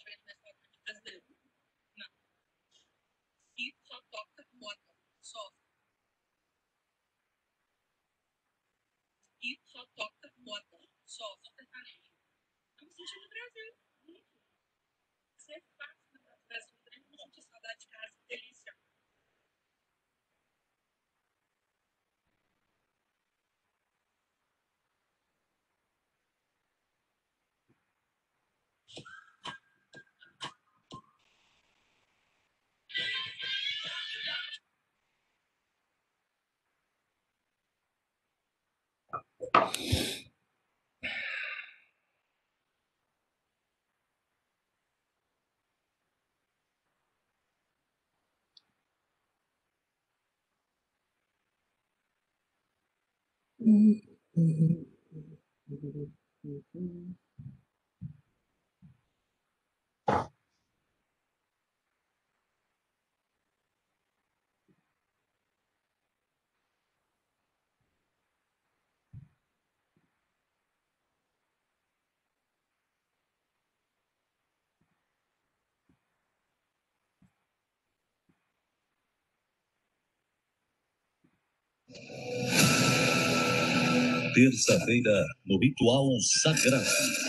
Terça-feira, no Ritual Sagrado.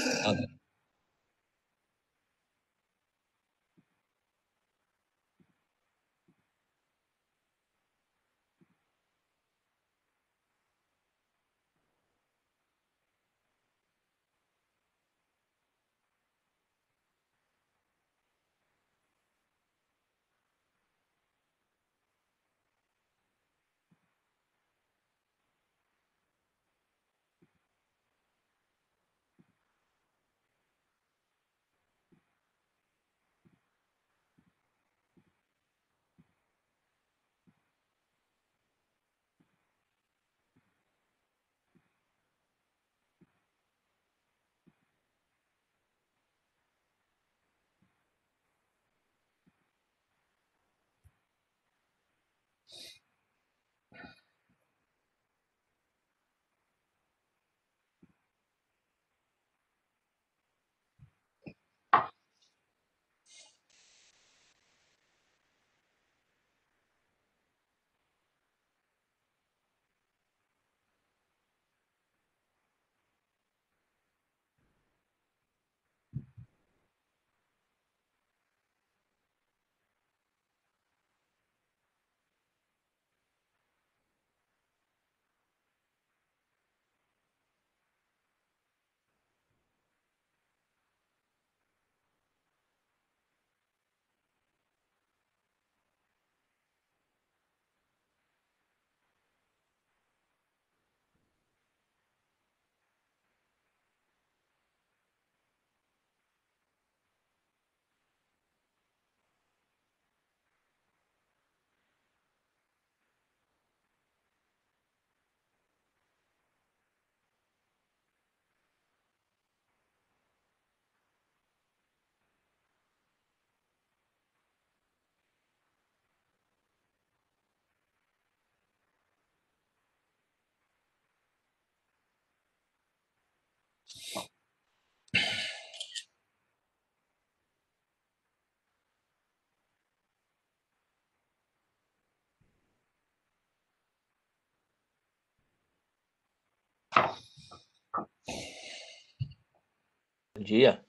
Bom dia.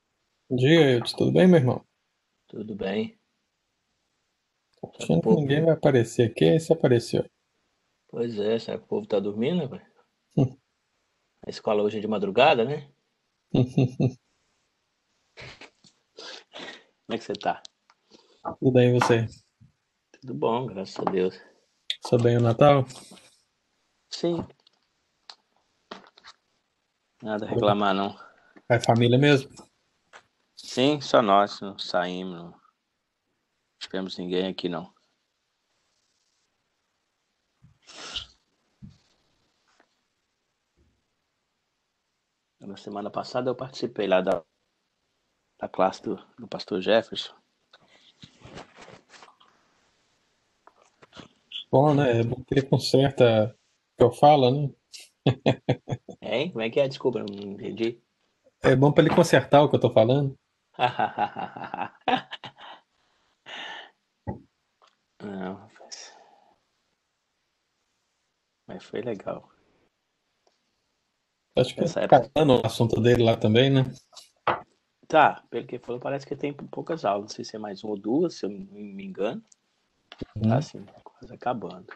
Bom dia, Eudes. Tudo bem, meu irmão? Tudo bem? Tô achando que ninguém vai aparecer aqui, aí você apareceu. Pois é, será que o povo tá dormindo, velho? Hum. A escola hoje é de madrugada, né? Como é que você tá? Tudo bem, e você? Tudo bom, graças a Deus. Passou bem o Natal? Sim. Nada a reclamar, não. É família mesmo? Sim, só nós, não saímos, não tivemos ninguém aqui, não. Na semana passada eu participei lá da classe do pastor Jefferson. Bom, né? É bom que ele conserta o que eu falo, né? Hein? Como é que é? Desculpa, não entendi. É bom pra ele consertar o que eu tô falando. Não, mas foi legal. Acho que Essa tá época. acabando o assunto dele lá também, né? Tá, pelo que falou, parece que tem poucas aulas. Não sei se é mais uma ou duas, se eu não me engano. Tá assim, quase acabando.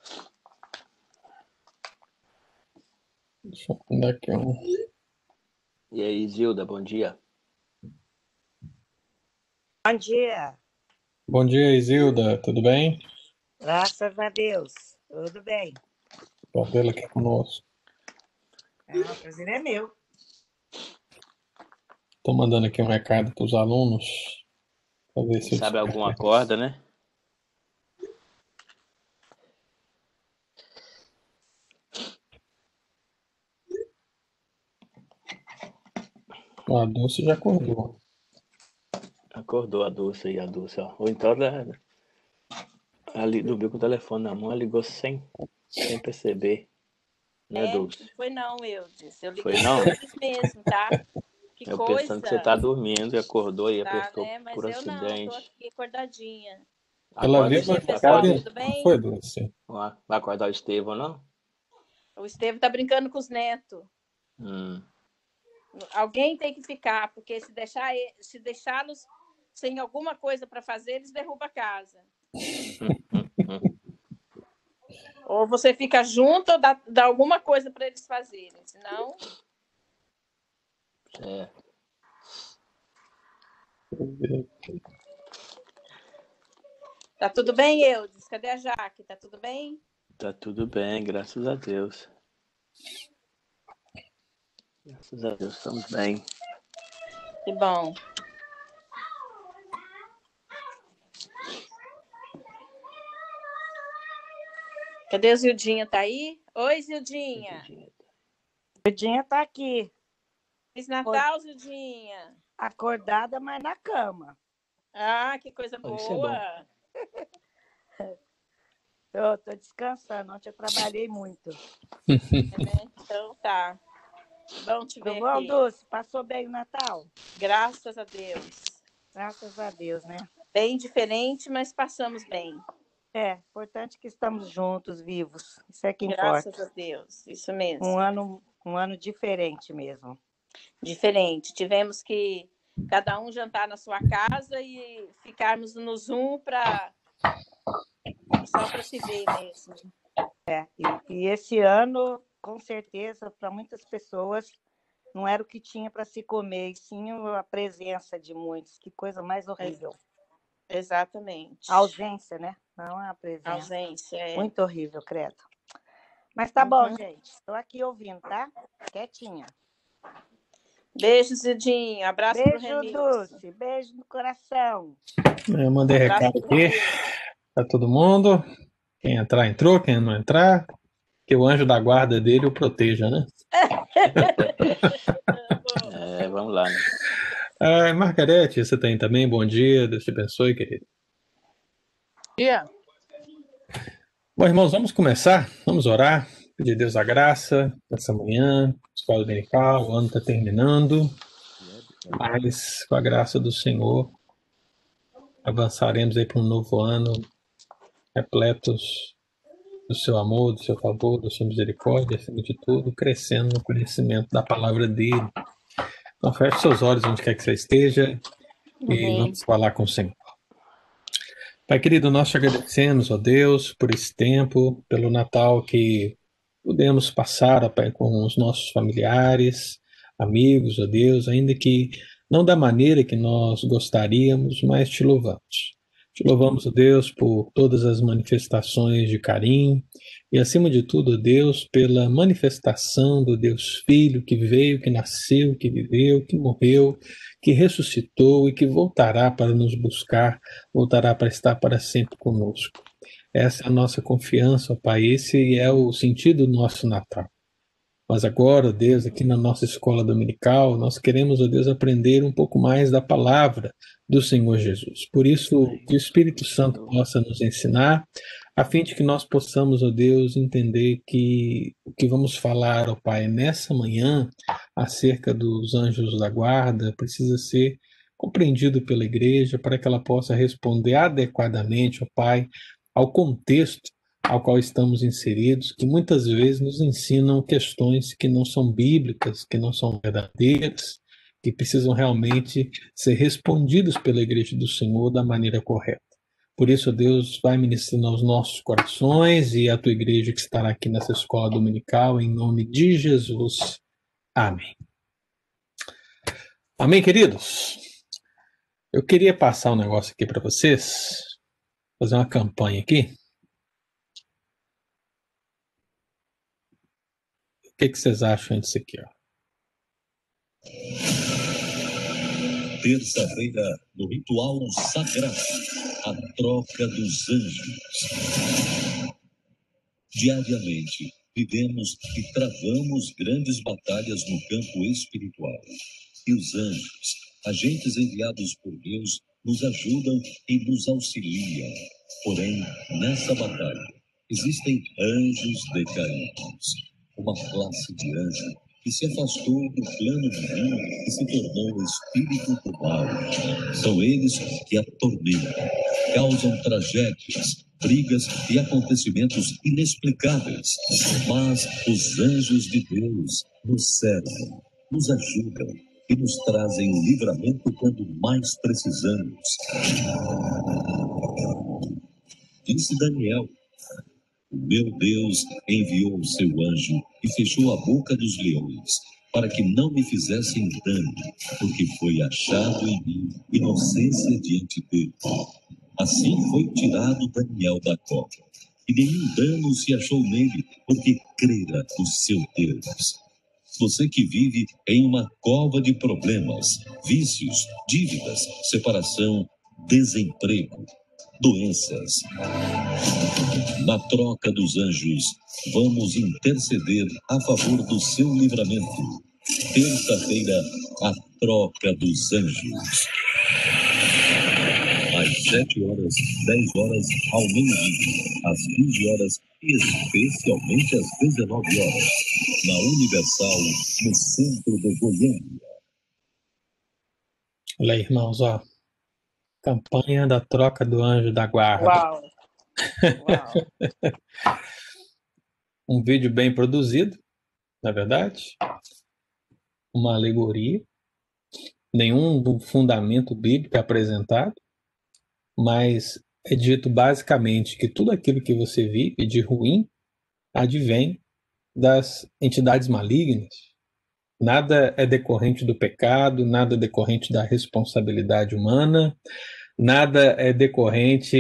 Deixa eu mandar aqui um. E aí, Zilda, bom dia. Bom dia, Bom dia, Isilda, tudo bem? graças a Deus, tudo bem. Bom tê-la aqui conosco. O prazer é meu. Estou mandando aqui um recado para os alunos, para ver se Quem eles sabe alguma corda, né? A Dulce já acordou. Acordou a Dulce aí, a Dulce, ó. Ou então ela dormiu com o telefone na mão, ela ligou sem perceber. Né, Dulce? Não foi não, Eudes. Eu Foi liguei não? antes mesmo, tá? Que Eu coisa. pensando que você tá dormindo e acordou e Tá, apertou né? Mas por eu não, tô acidente. aqui acordadinha. Ela Acorda, viu Bom dia, no pessoal, recado tudo e bem? foi, Dulce. vai acordar o Estevão, não? O Estevam tá brincando com os netos. Alguém tem que ficar, porque se deixá-los sem alguma coisa para fazer, eles derrubam a casa. Ou você fica junto ou dá alguma coisa para eles fazerem, senão... Tá tudo bem, Eudes? Cadê a Jaque? Tá tudo bem? Tá tudo bem, graças a Deus. Graças a Deus, estamos bem. Que bom. Cadê a Zildinha? Tá aí? Oi, Zildinha. Zildinha tá aqui. Feliz Natal, Zildinha. Acordada, mas na cama. Ah, que coisa boa. Tô descansando. Ontem eu trabalhei muito. Então tá. Bom te ver bom, aqui. Dulce? Passou bem o Natal? Graças a Deus. Graças a Deus, né? Bem diferente, mas passamos bem. Importante que estamos juntos, vivos. Isso é que importa. Graças a Deus, isso mesmo. Um ano diferente mesmo. Diferente. Tivemos que cada um jantar na sua casa e ficarmos no Zoom só para se ver mesmo. E esse ano, com certeza, para muitas pessoas, não era o que tinha para se comer, e sim a presença de muitos. Que coisa mais horrível. Exatamente. A ausência, né? Não a presença. A ausência, Muito horrível, credo. Mas tá bom, gente. Estou aqui ouvindo, tá? Quietinha. Beijo, Zidinho. Abraço pro Remilson. Beijo, Dulce. Beijo no coração. Eu mandei recado aqui para todo mundo. Quem entrar, entrou. Quem não entrar, que o anjo da guarda dele o proteja, né? Vamos lá, né? Margarete, você tem também? Bom dia. Deus te abençoe, querido. Bom dia. Bom, irmãos, vamos começar. Vamos orar. Pedir a Deus a graça nessa manhã. Escola dominical, o ano está terminando. Mas, com a graça do Senhor, avançaremos aí para um novo ano, repletos do seu amor, do seu favor, da sua misericórdia, acima de tudo, crescendo no conhecimento da palavra dele. Então, feche seus olhos onde quer que você esteja e vamos falar com o Senhor. Pai querido, nós te agradecemos, ó Deus, por esse tempo, pelo Natal que pudemos passar, ó Pai, com os nossos familiares, amigos, ó Deus, ainda que não da maneira que nós gostaríamos, mas te louvamos. Te louvamos, ó Deus, por todas as manifestações de carinho e, acima de tudo, ó Deus, pela manifestação do Deus Filho que veio, que nasceu, que viveu, que morreu, que ressuscitou e que voltará para nos buscar, voltará para estar para sempre conosco. Essa é a nossa confiança, ó Pai, esse é o sentido do nosso Natal. Mas agora, ó Deus, aqui na nossa escola dominical, nós queremos, ó Deus, aprender um pouco mais da palavra do Senhor Jesus. Por isso, que o Espírito Santo possa nos ensinar, a fim de que nós possamos, ó Deus, entender que o que vamos falar, ó Pai, nessa manhã, acerca dos anjos da guarda, precisa ser compreendido pela igreja, para que ela possa responder adequadamente, ó Pai, ao contexto ao qual estamos inseridos, que muitas vezes nos ensinam questões que não são bíblicas, que não são verdadeiras, que precisam realmente ser respondidas pela igreja do Senhor da maneira correta. Por isso, Deus vai ministrando aos nossos corações e à tua igreja que estará aqui nessa escola dominical, em nome de Jesus. Amém. Amém, queridos? Eu queria passar um negócio aqui para vocês, fazer uma campanha aqui. O que vocês acham disso aqui, ó? Terça-feira, no ritual sagrado, a troca dos anjos. Diariamente, vivemos e travamos grandes batalhas no campo espiritual. E os anjos, agentes enviados por Deus, nos ajudam e nos auxiliam. Porém, nessa batalha, existem anjos decaídos. Uma classe de anjo que se afastou do plano divino e se tornou espírito do mal. São eles que atormentam, causam tragédias, brigas e acontecimentos inexplicáveis. Mas os anjos de Deus nos servem, nos ajudam e nos trazem o livramento quando mais precisamos. Disse Daniel: o meu Deus enviou o seu anjo e fechou a boca dos leões, para que não me fizessem dano, porque foi achado em mim inocência diante dele. Assim foi tirado Daniel da cova, e nenhum dano se achou nele, porque crera no seu Deus. Você que vive em uma cova de problemas, vícios, dívidas, separação, desemprego, doenças. Na troca dos anjos, vamos interceder a favor do seu livramento. Terça-feira, a troca dos anjos. Às 7 horas, 10 horas, ao meio-dia, às 15 horas e especialmente às 19 horas, na Universal, no centro de Goiânia. Olha aí, irmãos, ó. Campanha da troca do anjo da guarda. Uau! Uau! Um vídeo bem produzido, na verdade. Uma alegoria. Nenhum fundamento bíblico apresentado. Mas é dito basicamente que tudo aquilo que você vive de ruim advém das entidades malignas. Nada é decorrente do pecado, nada é decorrente da responsabilidade humana, nada é decorrente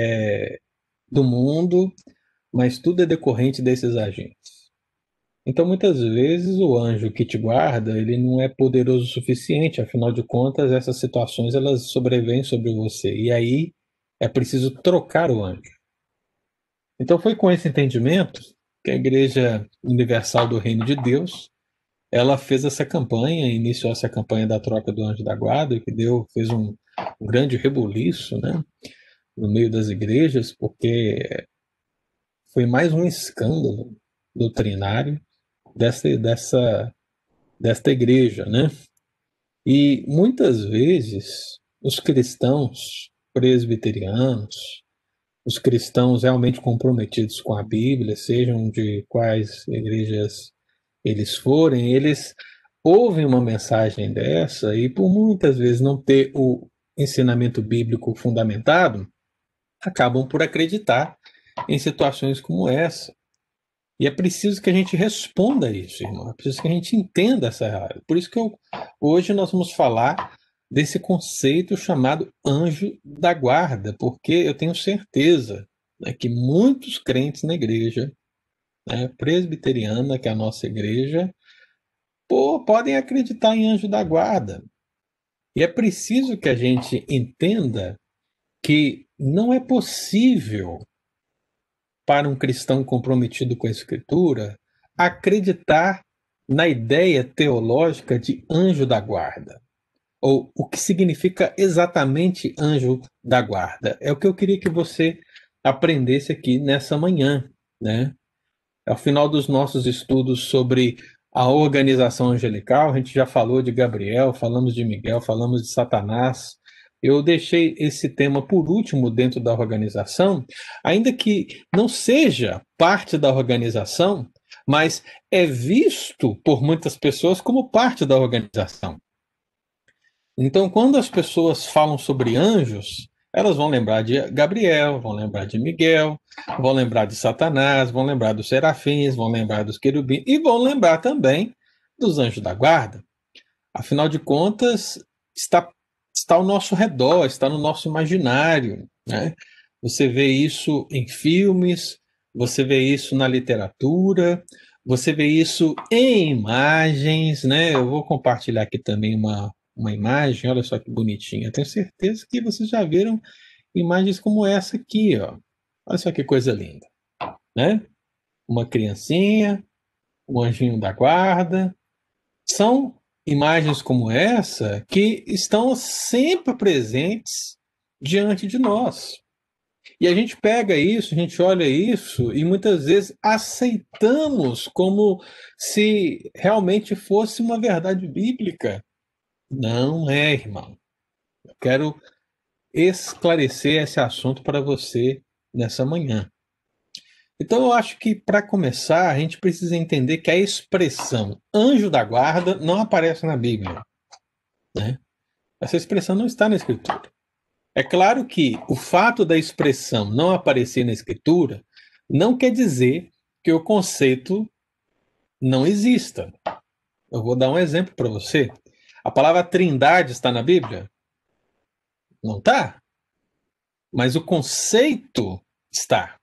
do mundo, mas tudo é decorrente desses agentes. Então, muitas vezes, o anjo que te guarda, ele não é poderoso o suficiente, afinal de contas, essas situações elas sobrevêm sobre você, e aí é preciso trocar o anjo. Então, foi com esse entendimento que a Igreja Universal do Reino de Deus ela fez essa campanha, iniciou essa campanha da troca do anjo da guarda, que fez um grande rebuliço, né, no meio das igrejas, porque foi mais um escândalo doutrinário desta igreja, né? E muitas vezes os cristãos presbiterianos, os cristãos realmente comprometidos com a Bíblia, sejam de quais igrejas eles forem, eles ouvem uma mensagem dessa e por muitas vezes não ter o ensinamento bíblico fundamentado, acabam por acreditar em situações como essa. E é preciso que a gente responda a isso, irmão. É preciso que a gente entenda essa realidade. Por isso que hoje nós vamos falar desse conceito chamado anjo da guarda, porque eu tenho certeza, né, que muitos crentes na igreja, né, presbiteriana, que é a nossa igreja, podem acreditar em anjo da guarda. E é preciso que a gente entenda que não é possível para um cristão comprometido com a Escritura acreditar na ideia teológica de anjo da guarda, ou o que significa exatamente anjo da guarda. É o que eu queria que você aprendesse aqui nessa manhã, né? Ao final dos nossos estudos sobre a organização angelical, a gente já falou de Gabriel, falamos de Miguel, falamos de Satanás. Eu deixei esse tema por último dentro da organização, ainda que não seja parte da organização, mas é visto por muitas pessoas como parte da organização. Então, quando as pessoas falam sobre anjos, elas vão lembrar de Gabriel, vão lembrar de Miguel, vão lembrar de Satanás, vão lembrar dos serafins, vão lembrar dos querubins e vão lembrar também dos anjos da guarda. Afinal de contas, está ao nosso redor, está no nosso imaginário, né? Você vê isso em filmes, você vê isso na literatura, você vê isso em imagens, né? Eu vou compartilhar aqui também uma imagem, olha só que bonitinha. Eu tenho certeza que vocês já viram imagens como essa aqui, ó. Olha só que coisa linda, né? Uma criancinha, um anjinho da guarda. São imagens como essa que estão sempre presentes diante de nós. E a gente pega isso, a gente olha isso e muitas vezes aceitamos como se realmente fosse uma verdade bíblica. Não é, irmão. Eu quero esclarecer esse assunto para você nessa manhã. Então, eu acho que, para começar, a gente precisa entender que a expressão anjo da guarda não aparece na Bíblia, né? Essa expressão não está na Escritura. É claro que o fato da expressão não aparecer na Escritura não quer dizer que o conceito não exista. Eu vou dar um exemplo para você. A palavra trindade está na Bíblia? Não está. Mas o conceito está.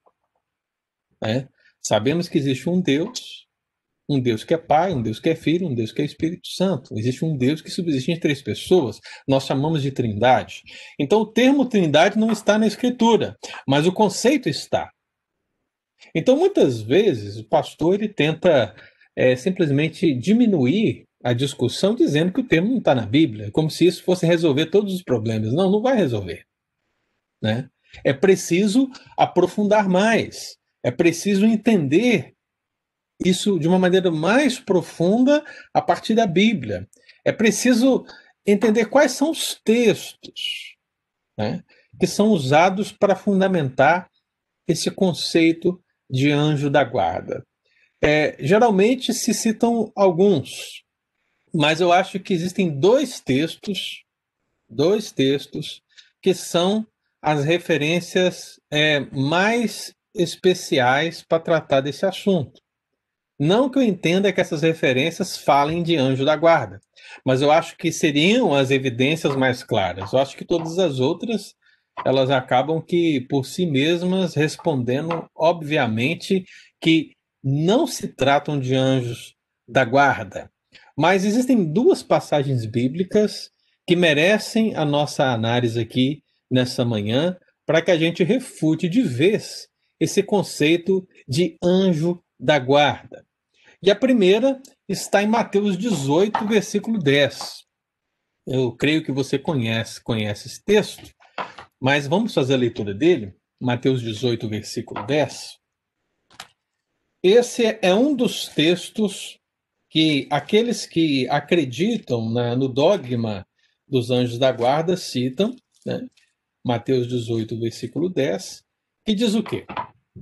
Né? Sabemos que existe um Deus que é Pai, um Deus que é Filho, um Deus que é Espírito Santo. Existe um Deus que subsiste em 3 pessoas. Nós chamamos de trindade. Então, o termo trindade não está na Escritura, mas o conceito está. Então, muitas vezes, o pastor ele tenta simplesmente diminuir a discussão dizendo que o termo não está na Bíblia, como se isso fosse resolver todos os problemas. Não, não vai resolver. Né? É preciso aprofundar mais. É preciso entender isso de uma maneira mais profunda a partir da Bíblia. É preciso entender quais são os textos, né, que são usados para fundamentar esse conceito de anjo da guarda. Geralmente se citam alguns, mas eu acho que existem dois textos que são as referências mais especiais para tratar desse assunto. Não que eu entenda que essas referências falem de anjo da guarda, mas eu acho que seriam as evidências mais claras. Eu acho que todas as outras, elas acabam que, por si mesmas, respondendo, obviamente, que não se tratam de anjos da guarda. Mas existem 2 passagens bíblicas que merecem a nossa análise aqui nessa manhã, para que a gente refute de vez esse conceito de anjo da guarda. E a primeira está em Mateus 18, versículo 10. Eu creio que você conhece esse texto, mas vamos fazer a leitura dele. Mateus 18, versículo 10. Esse é um dos textos que aqueles que acreditam no dogma dos anjos da guarda citam, né? Mateus 18, versículo 10, que diz o quê?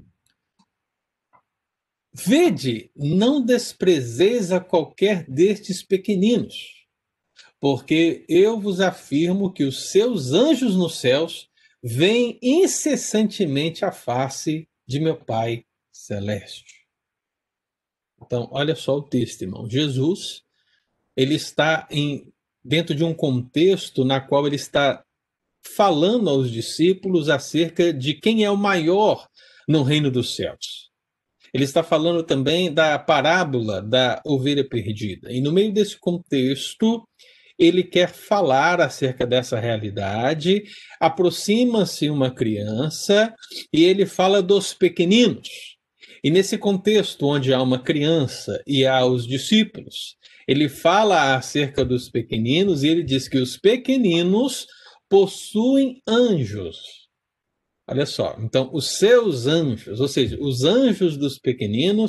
Vede, não desprezeis a qualquer destes pequeninos, porque eu vos afirmo que os seus anjos nos céus veem incessantemente a face de meu Pai Celeste. Então, olha só o texto, irmão. Jesus, ele está dentro de um contexto na qual ele está falando aos discípulos acerca de quem é o maior no reino dos céus. Ele está falando também da parábola da ovelha perdida. E no meio desse contexto, ele quer falar acerca dessa realidade, aproxima-se uma criança e ele fala dos pequeninos. E nesse contexto onde há uma criança e há os discípulos, ele fala acerca dos pequeninos e ele diz que os pequeninos possuem anjos. Olha só, então os seus anjos, ou seja, os anjos dos pequeninos,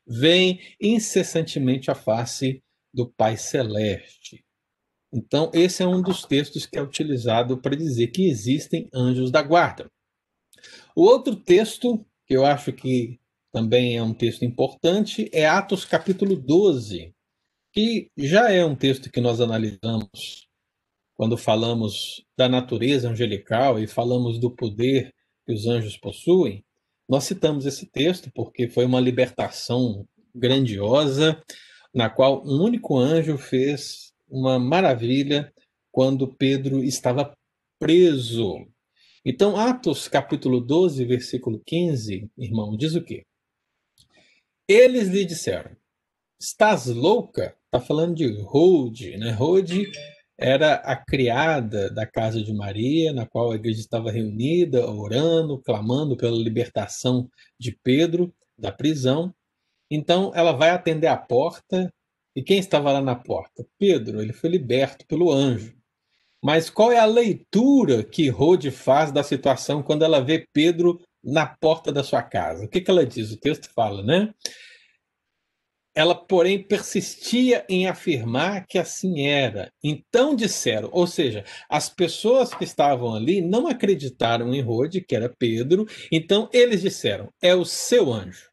veem incessantemente a face do Pai Celeste. Então, esse é um dos textos que é utilizado para dizer que existem anjos da guarda. O outro texto, que eu acho que também é um texto importante, é Atos capítulo 12, que já é um texto que nós analisamos quando falamos da natureza angelical e falamos do poder que os anjos possuem. Nós citamos esse texto porque foi uma libertação grandiosa, na qual um único anjo fez uma maravilha quando Pedro estava preso. Então, Atos capítulo 12, versículo 15, irmão, diz o quê? Eles lhe disseram: estás louca? Está falando de Rode, né? Rode era a criada da casa de Maria, na qual a igreja estava reunida, orando, clamando pela libertação de Pedro da prisão. Então, ela vai atender a porta, e quem estava lá na porta? Pedro, ele foi liberto pelo anjo. Mas qual é a leitura que Rode faz da situação quando ela vê Pedro na porta da sua casa? O que ela diz? O texto fala, né? Ela, porém, persistia em afirmar que assim era. Então disseram, ou seja, as pessoas que estavam ali não acreditaram em Rode, que era Pedro, então eles disseram, é o seu anjo.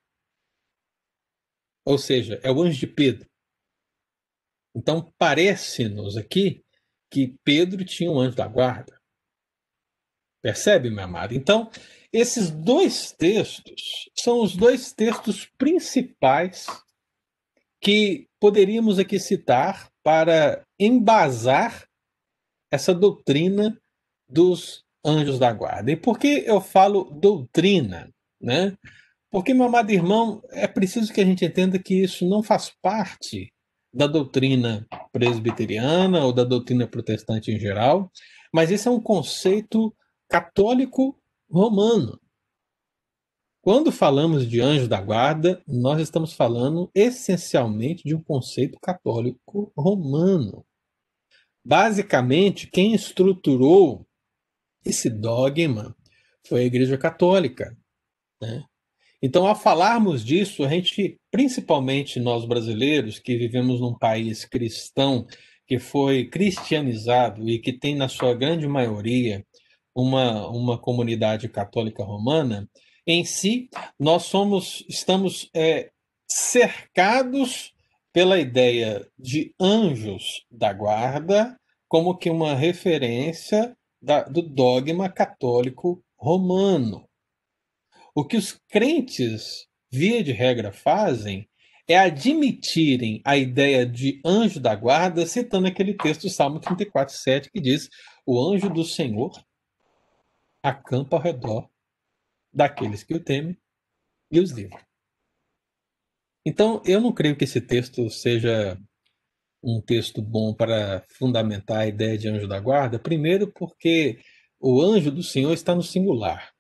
Ou seja, é o anjo de Pedro. Então parece-nos aqui que Pedro tinha um anjo da guarda. Percebe, meu amado? Então, esses dois textos são os dois textos principais que poderíamos aqui citar para embasar essa doutrina dos anjos da guarda. E por que eu falo doutrina, né? Porque, meu amado irmão, é preciso que a gente entenda que isso não faz parte da doutrina presbiteriana ou da doutrina protestante em geral, mas esse é um conceito católico romano. Quando falamos de anjo da guarda, nós estamos falando essencialmente de um conceito católico romano. Basicamente, quem estruturou esse dogma foi a Igreja Católica, né? Então, ao falarmos disso, a gente, principalmente nós brasileiros, que vivemos num país cristão, que foi cristianizado e que tem, na sua grande maioria, uma comunidade católica romana, em si, nós estamos cercados pela ideia de anjos da guarda como que uma referência do dogma católico romano. O que os crentes, via de regra, fazem é admitirem a ideia de anjo da guarda, citando aquele texto do Salmo 34:7, que diz: o anjo do Senhor acampa ao redor daqueles que o temem e os livra. Então, eu não creio que esse texto seja um texto bom para fundamentar a ideia de anjo da guarda, primeiro porque o anjo do Senhor está no singular.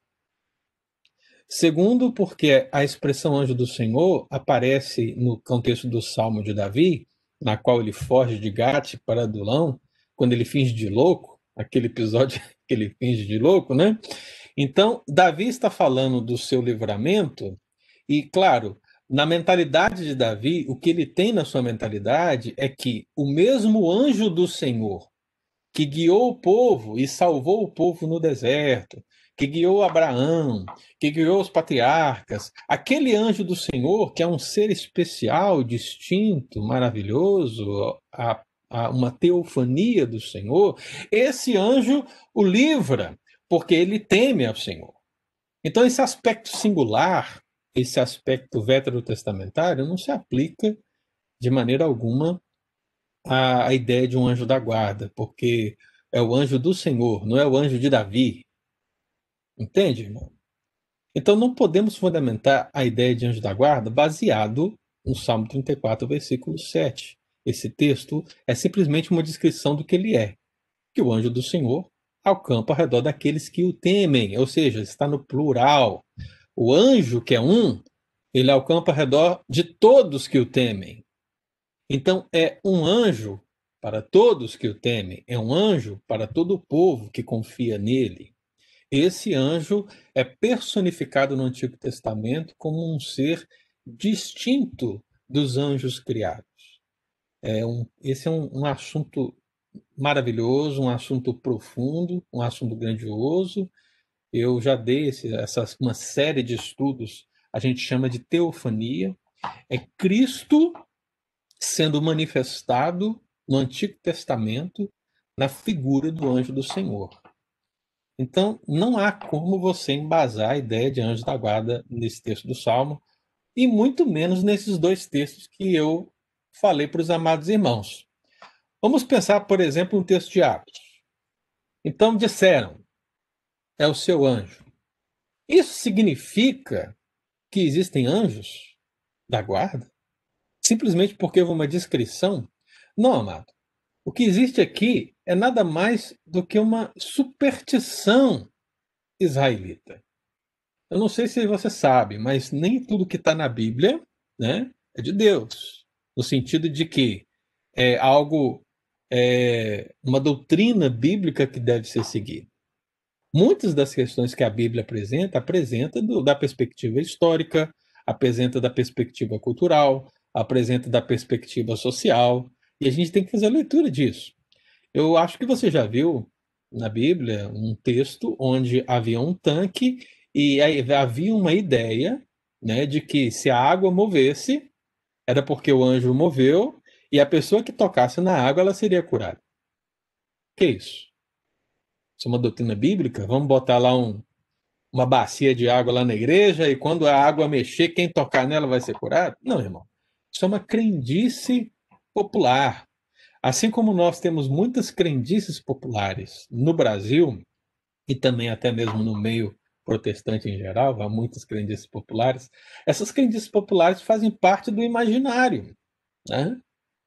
Segundo, porque a expressão anjo do Senhor aparece no contexto do Salmo de Davi, na qual ele foge de Gate para Adulão, quando ele finge de louco, aquele episódio que ele finge de louco, né? Então, Davi está falando do seu livramento, e, claro, na mentalidade de Davi, o que ele tem na sua mentalidade é que o mesmo anjo do Senhor que guiou o povo e salvou o povo no deserto, que guiou Abraão, que guiou os patriarcas, aquele anjo do Senhor, que é um ser especial, distinto, maravilhoso, uma teofania do Senhor, esse anjo o livra, porque ele teme ao Senhor. Então, esse aspecto singular, esse aspecto veterotestamentário, não se aplica de maneira alguma à ideia de um anjo da guarda, porque é o anjo do Senhor, não é o anjo de Davi. Entende, irmão? Então, não podemos fundamentar a ideia de anjo da guarda baseado no Salmo 34, versículo 7. Esse texto é simplesmente uma descrição do que ele é, que o anjo do Senhor acampa ao redor daqueles que o temem, ou seja, está no plural. O anjo, que é um, ele acampa ao redor de todos que o temem. Então, é um anjo para todos que o temem, é um anjo para todo o povo que confia nele. Esse anjo é personificado no Antigo Testamento como um ser distinto dos anjos criados. Esse é um assunto maravilhoso, um assunto profundo, um assunto grandioso. Eu já dei uma série de estudos, a gente chama de teofania. É Cristo sendo manifestado no Antigo Testamento na figura do anjo do Senhor. Então, não há como você embasar a ideia de anjo da guarda nesse texto do Salmo, e muito menos nesses dois textos que eu falei para os amados irmãos. Vamos pensar, por exemplo, no texto de Atos. Então disseram, é o seu anjo. Isso significa que existem anjos da guarda? Simplesmente porque houve uma descrição? Não, amado. O que existe aqui é nada mais do que uma superstição israelita. Eu não sei se você sabe, mas nem tudo que está na Bíblia, né, é de Deus. No sentido de que é algo, uma doutrina bíblica que deve ser seguida. Muitas das questões que a Bíblia apresenta da perspectiva histórica, apresenta da perspectiva cultural, apresenta da perspectiva social, e a gente tem que fazer a leitura disso. Eu acho que você já viu na Bíblia um texto onde havia um tanque e havia uma ideia, né, de que se a água movesse, era porque o anjo moveu, e a pessoa que tocasse na água, ela seria curada. Que isso? Isso é uma doutrina bíblica? Vamos botar lá uma bacia de água lá na igreja e quando a água mexer, quem tocar nela vai ser curado? Não, irmão. Isso é uma crendice popular. Assim como nós temos muitas crendices populares no Brasil, e também até mesmo no meio protestante em geral, há muitas crendices populares, essas crendices populares fazem parte do imaginário, né?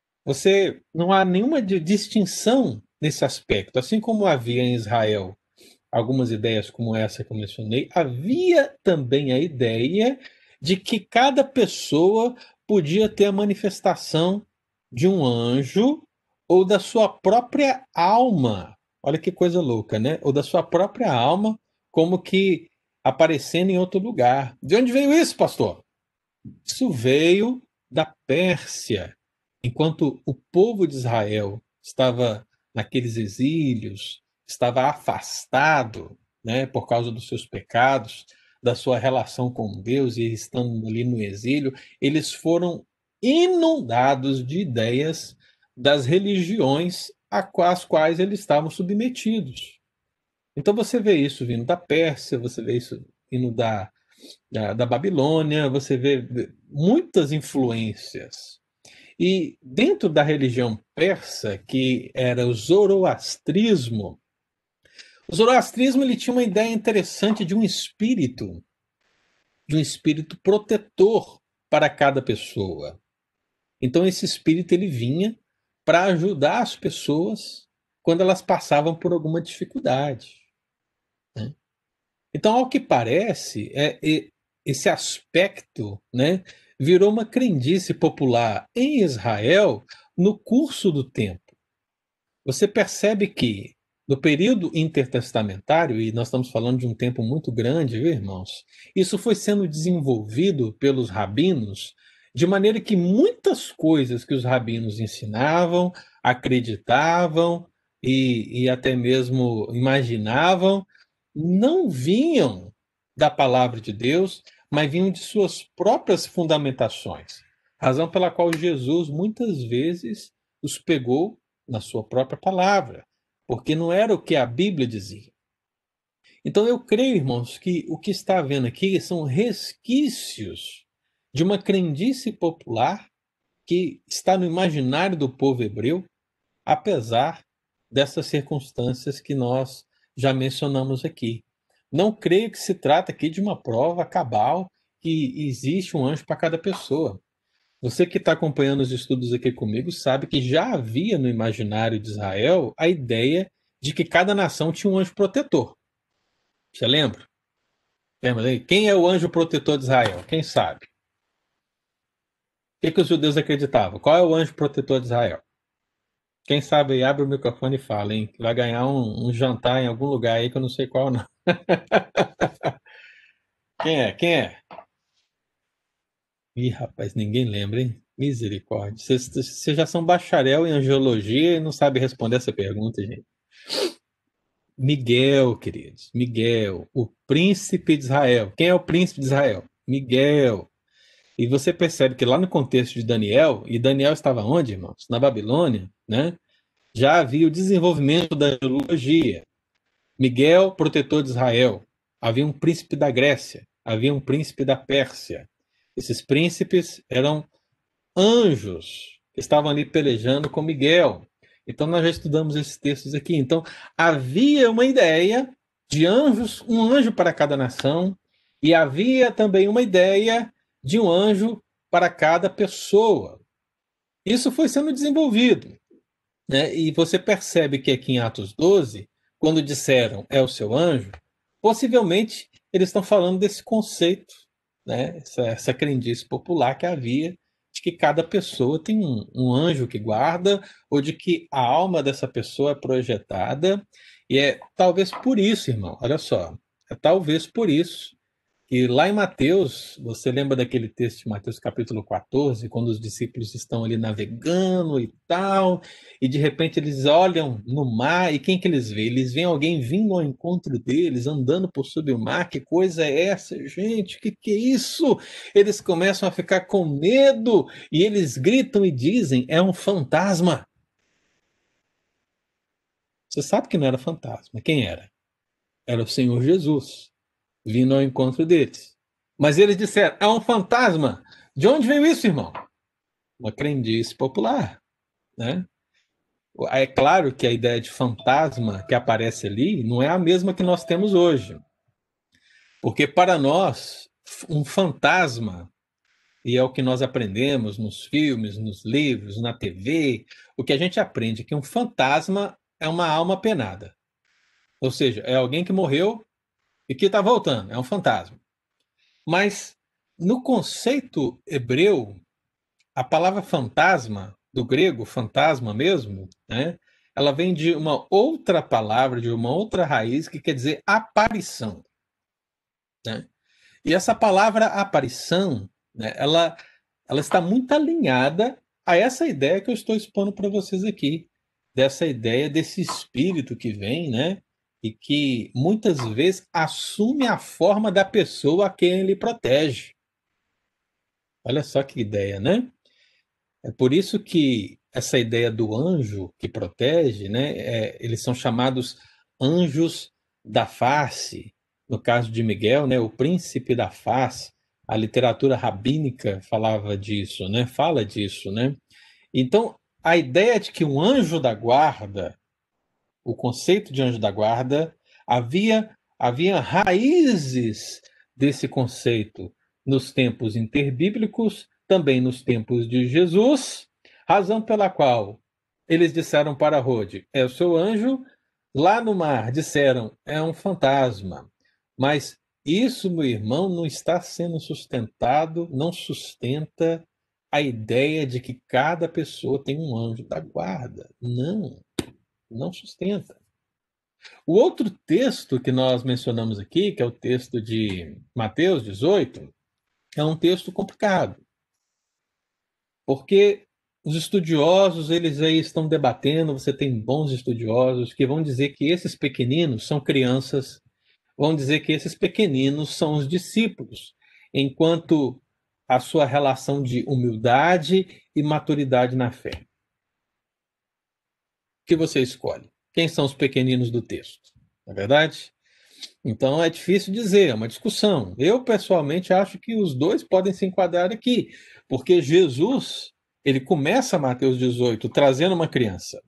Não há nenhuma distinção nesse aspecto. Assim como havia em Israel algumas ideias como essa que eu mencionei, havia também a ideia de que cada pessoa podia ter a manifestação de um anjo ou da sua própria alma. Olha que coisa louca, né? Ou da sua própria alma, como que aparecendo em outro lugar. De onde veio isso, pastor? Isso veio da Pérsia. Enquanto o povo de Israel estava naqueles exílios, estava afastado, né, por causa dos seus pecados, da sua relação com Deus e estando ali no exílio, eles foram inundados de ideias das religiões às quais eles estavam submetidos. Então você vê isso vindo da Pérsia, você vê isso vindo da Babilônia, você vê muitas influências. E dentro da religião persa, que era o zoroastrismo ele tinha uma ideia interessante de um espírito protetor para cada pessoa. Então esse espírito ele vinha para ajudar as pessoas quando elas passavam por alguma dificuldade, né? Então, ao que parece, esse aspecto, né, virou uma crendice popular em Israel no curso do tempo. Você percebe que, no período intertestamentário, e nós estamos falando de um tempo muito grande, viu, irmãos? Isso foi sendo desenvolvido pelos rabinos, de maneira que muitas coisas que os rabinos ensinavam, acreditavam e até mesmo imaginavam, não vinham da palavra de Deus, mas vinham de suas próprias fundamentações. Razão pela qual Jesus muitas vezes os pegou na sua própria palavra, porque não era o que a Bíblia dizia. Então eu creio, irmãos, que o que está havendo aqui são resquícios de uma crendice popular que está no imaginário do povo hebreu, apesar dessas circunstâncias que nós já mencionamos aqui. Não creio que se trata aqui de uma prova cabal que existe um anjo para cada pessoa. Você que está acompanhando os estudos aqui comigo sabe que já havia no imaginário de Israel a ideia de que cada nação tinha um anjo protetor. Você lembra? Lembra aí? Quem é o anjo protetor de Israel? Quem sabe? O que os judeus acreditavam? Qual é o anjo protetor de Israel? Quem sabe aí, abre o microfone e fala, hein? Vai ganhar um jantar em algum lugar aí que eu não sei qual não. Quem é? Ih, rapaz, ninguém lembra, hein? Misericórdia. Vocês já são bacharel em angiologia e não sabem responder essa pergunta, gente. Miguel, queridos. Miguel, o príncipe de Israel. Quem é o príncipe de Israel? Miguel. E você percebe que lá no contexto de Daniel, e Daniel estava onde, irmãos? Na Babilônia, né? Já havia o desenvolvimento da angiologia. Miguel, protetor de Israel. Havia um príncipe da Grécia. Havia um príncipe da Pérsia. Esses príncipes eram anjos que estavam ali pelejando com Miguel. Então nós já estudamos esses textos aqui. Então havia uma ideia de anjos, um anjo para cada nação, e havia também uma ideia de um anjo para cada pessoa. Isso foi sendo desenvolvido, né? E você percebe que aqui em Atos 12, quando disseram é o seu anjo, possivelmente eles estão falando desse conceito, né? Essa crendice popular que havia de que cada pessoa tem um anjo que guarda, ou de que a alma dessa pessoa é projetada. E é talvez por isso, irmão, olha só, é talvez por isso que lá em Mateus, você lembra daquele texto de Mateus capítulo 14, quando os discípulos estão ali navegando e tal, e de repente eles olham no mar, e quem que eles veem? Eles veem alguém vindo ao encontro deles, andando por sob o mar. Que coisa é essa, gente? Que é isso? Eles começam a ficar com medo, e eles gritam e dizem, é um fantasma. Você sabe que não era fantasma. Quem era? Era o Senhor Jesus, vindo ao encontro deles. Mas eles disseram, é um fantasma. De onde veio isso, irmão? Uma crendice popular, né? É claro que a ideia de fantasma que aparece ali não é a mesma que nós temos hoje. Porque para nós, um fantasma, e é o que nós aprendemos nos filmes, nos livros, na TV, o que a gente aprende é que um fantasma é uma alma penada. Ou seja, é alguém que morreu e que está voltando, é um fantasma. Mas no conceito hebreu, a palavra fantasma, do grego fantasma mesmo, né, ela vem de uma outra palavra, de uma outra raiz, que quer dizer aparição. Né? E essa palavra aparição, né, ela está muito alinhada a essa ideia que eu estou expondo para vocês aqui, dessa ideia desse espírito que vem, né, e que muitas vezes assume a forma da pessoa a quem ele protege. Olha só que ideia, né? É por isso que essa ideia do anjo que protege, né, eles são chamados anjos da face. No caso de Miguel, né, o príncipe da face. A literatura rabínica falava disso, né? Fala disso, né? Então, a ideia de que um anjo da guarda, o conceito de anjo da guarda, havia raízes desse conceito nos tempos interbíblicos, também nos tempos de Jesus, razão pela qual eles disseram para Rode, é o seu anjo. Lá no mar disseram, é um fantasma. Mas isso, meu irmão, não está sendo sustentado, não sustenta a ideia de que cada pessoa tem um anjo da guarda. Não sustenta. O outro texto que nós mencionamos aqui, que é o texto de Mateus 18, é um texto complicado. Porque os estudiosos, eles aí estão debatendo, você tem bons estudiosos que vão dizer que esses pequeninos são crianças, vão dizer que esses pequeninos são os discípulos, enquanto a sua relação de humildade e maturidade na fé. O que você escolhe? Quem são os pequeninos do texto? Não é verdade? Então é difícil dizer, é uma discussão. Eu, pessoalmente, acho que os dois podem se enquadrar aqui, porque Jesus, ele começa Mateus 18 trazendo uma criança.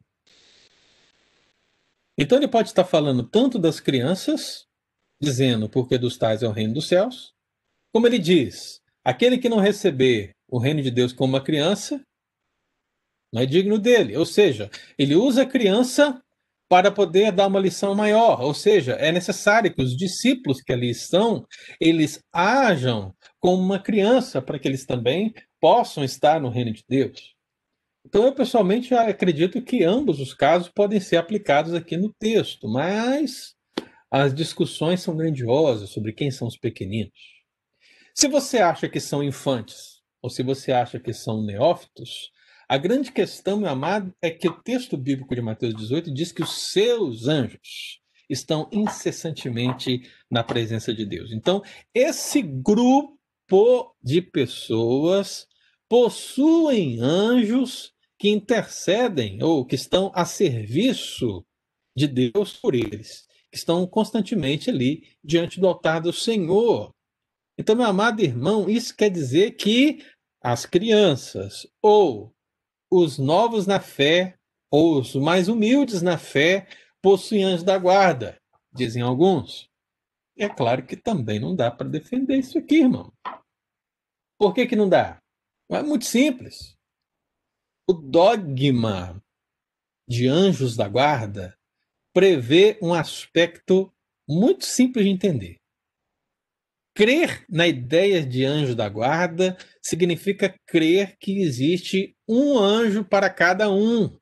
Então ele pode estar falando tanto das crianças, dizendo porque dos tais é o reino dos céus, como ele diz, aquele que não receber o reino de Deus como uma criança, não é digno dele. Ou seja, ele usa a criança para poder dar uma lição maior. Ou seja, é necessário que os discípulos que ali estão, eles ajam como uma criança para que eles também possam estar no reino de Deus. Então, eu pessoalmente acredito que ambos os casos podem ser aplicados aqui no texto, mas as discussões são grandiosas sobre quem são os pequeninos. Se você acha que são infantes, ou se você acha que são neófitos, a grande questão, meu amado, é que o texto bíblico de Mateus 18 diz que os seus anjos estão incessantemente na presença de Deus. Então, esse grupo de pessoas possuem anjos que intercedem ou que estão a serviço de Deus por eles, que estão constantemente ali diante do altar do Senhor. Então, meu amado irmão, isso quer dizer que as crianças ou os novos na fé, ou os mais humildes na fé, possuem anjos da guarda, dizem alguns. E é claro que também não dá para defender isso aqui, irmão. Por que não dá? É muito simples. O dogma de anjos da guarda prevê um aspecto muito simples de entender. Crer na ideia de anjo da guarda significa crer que existe um anjo para cada um.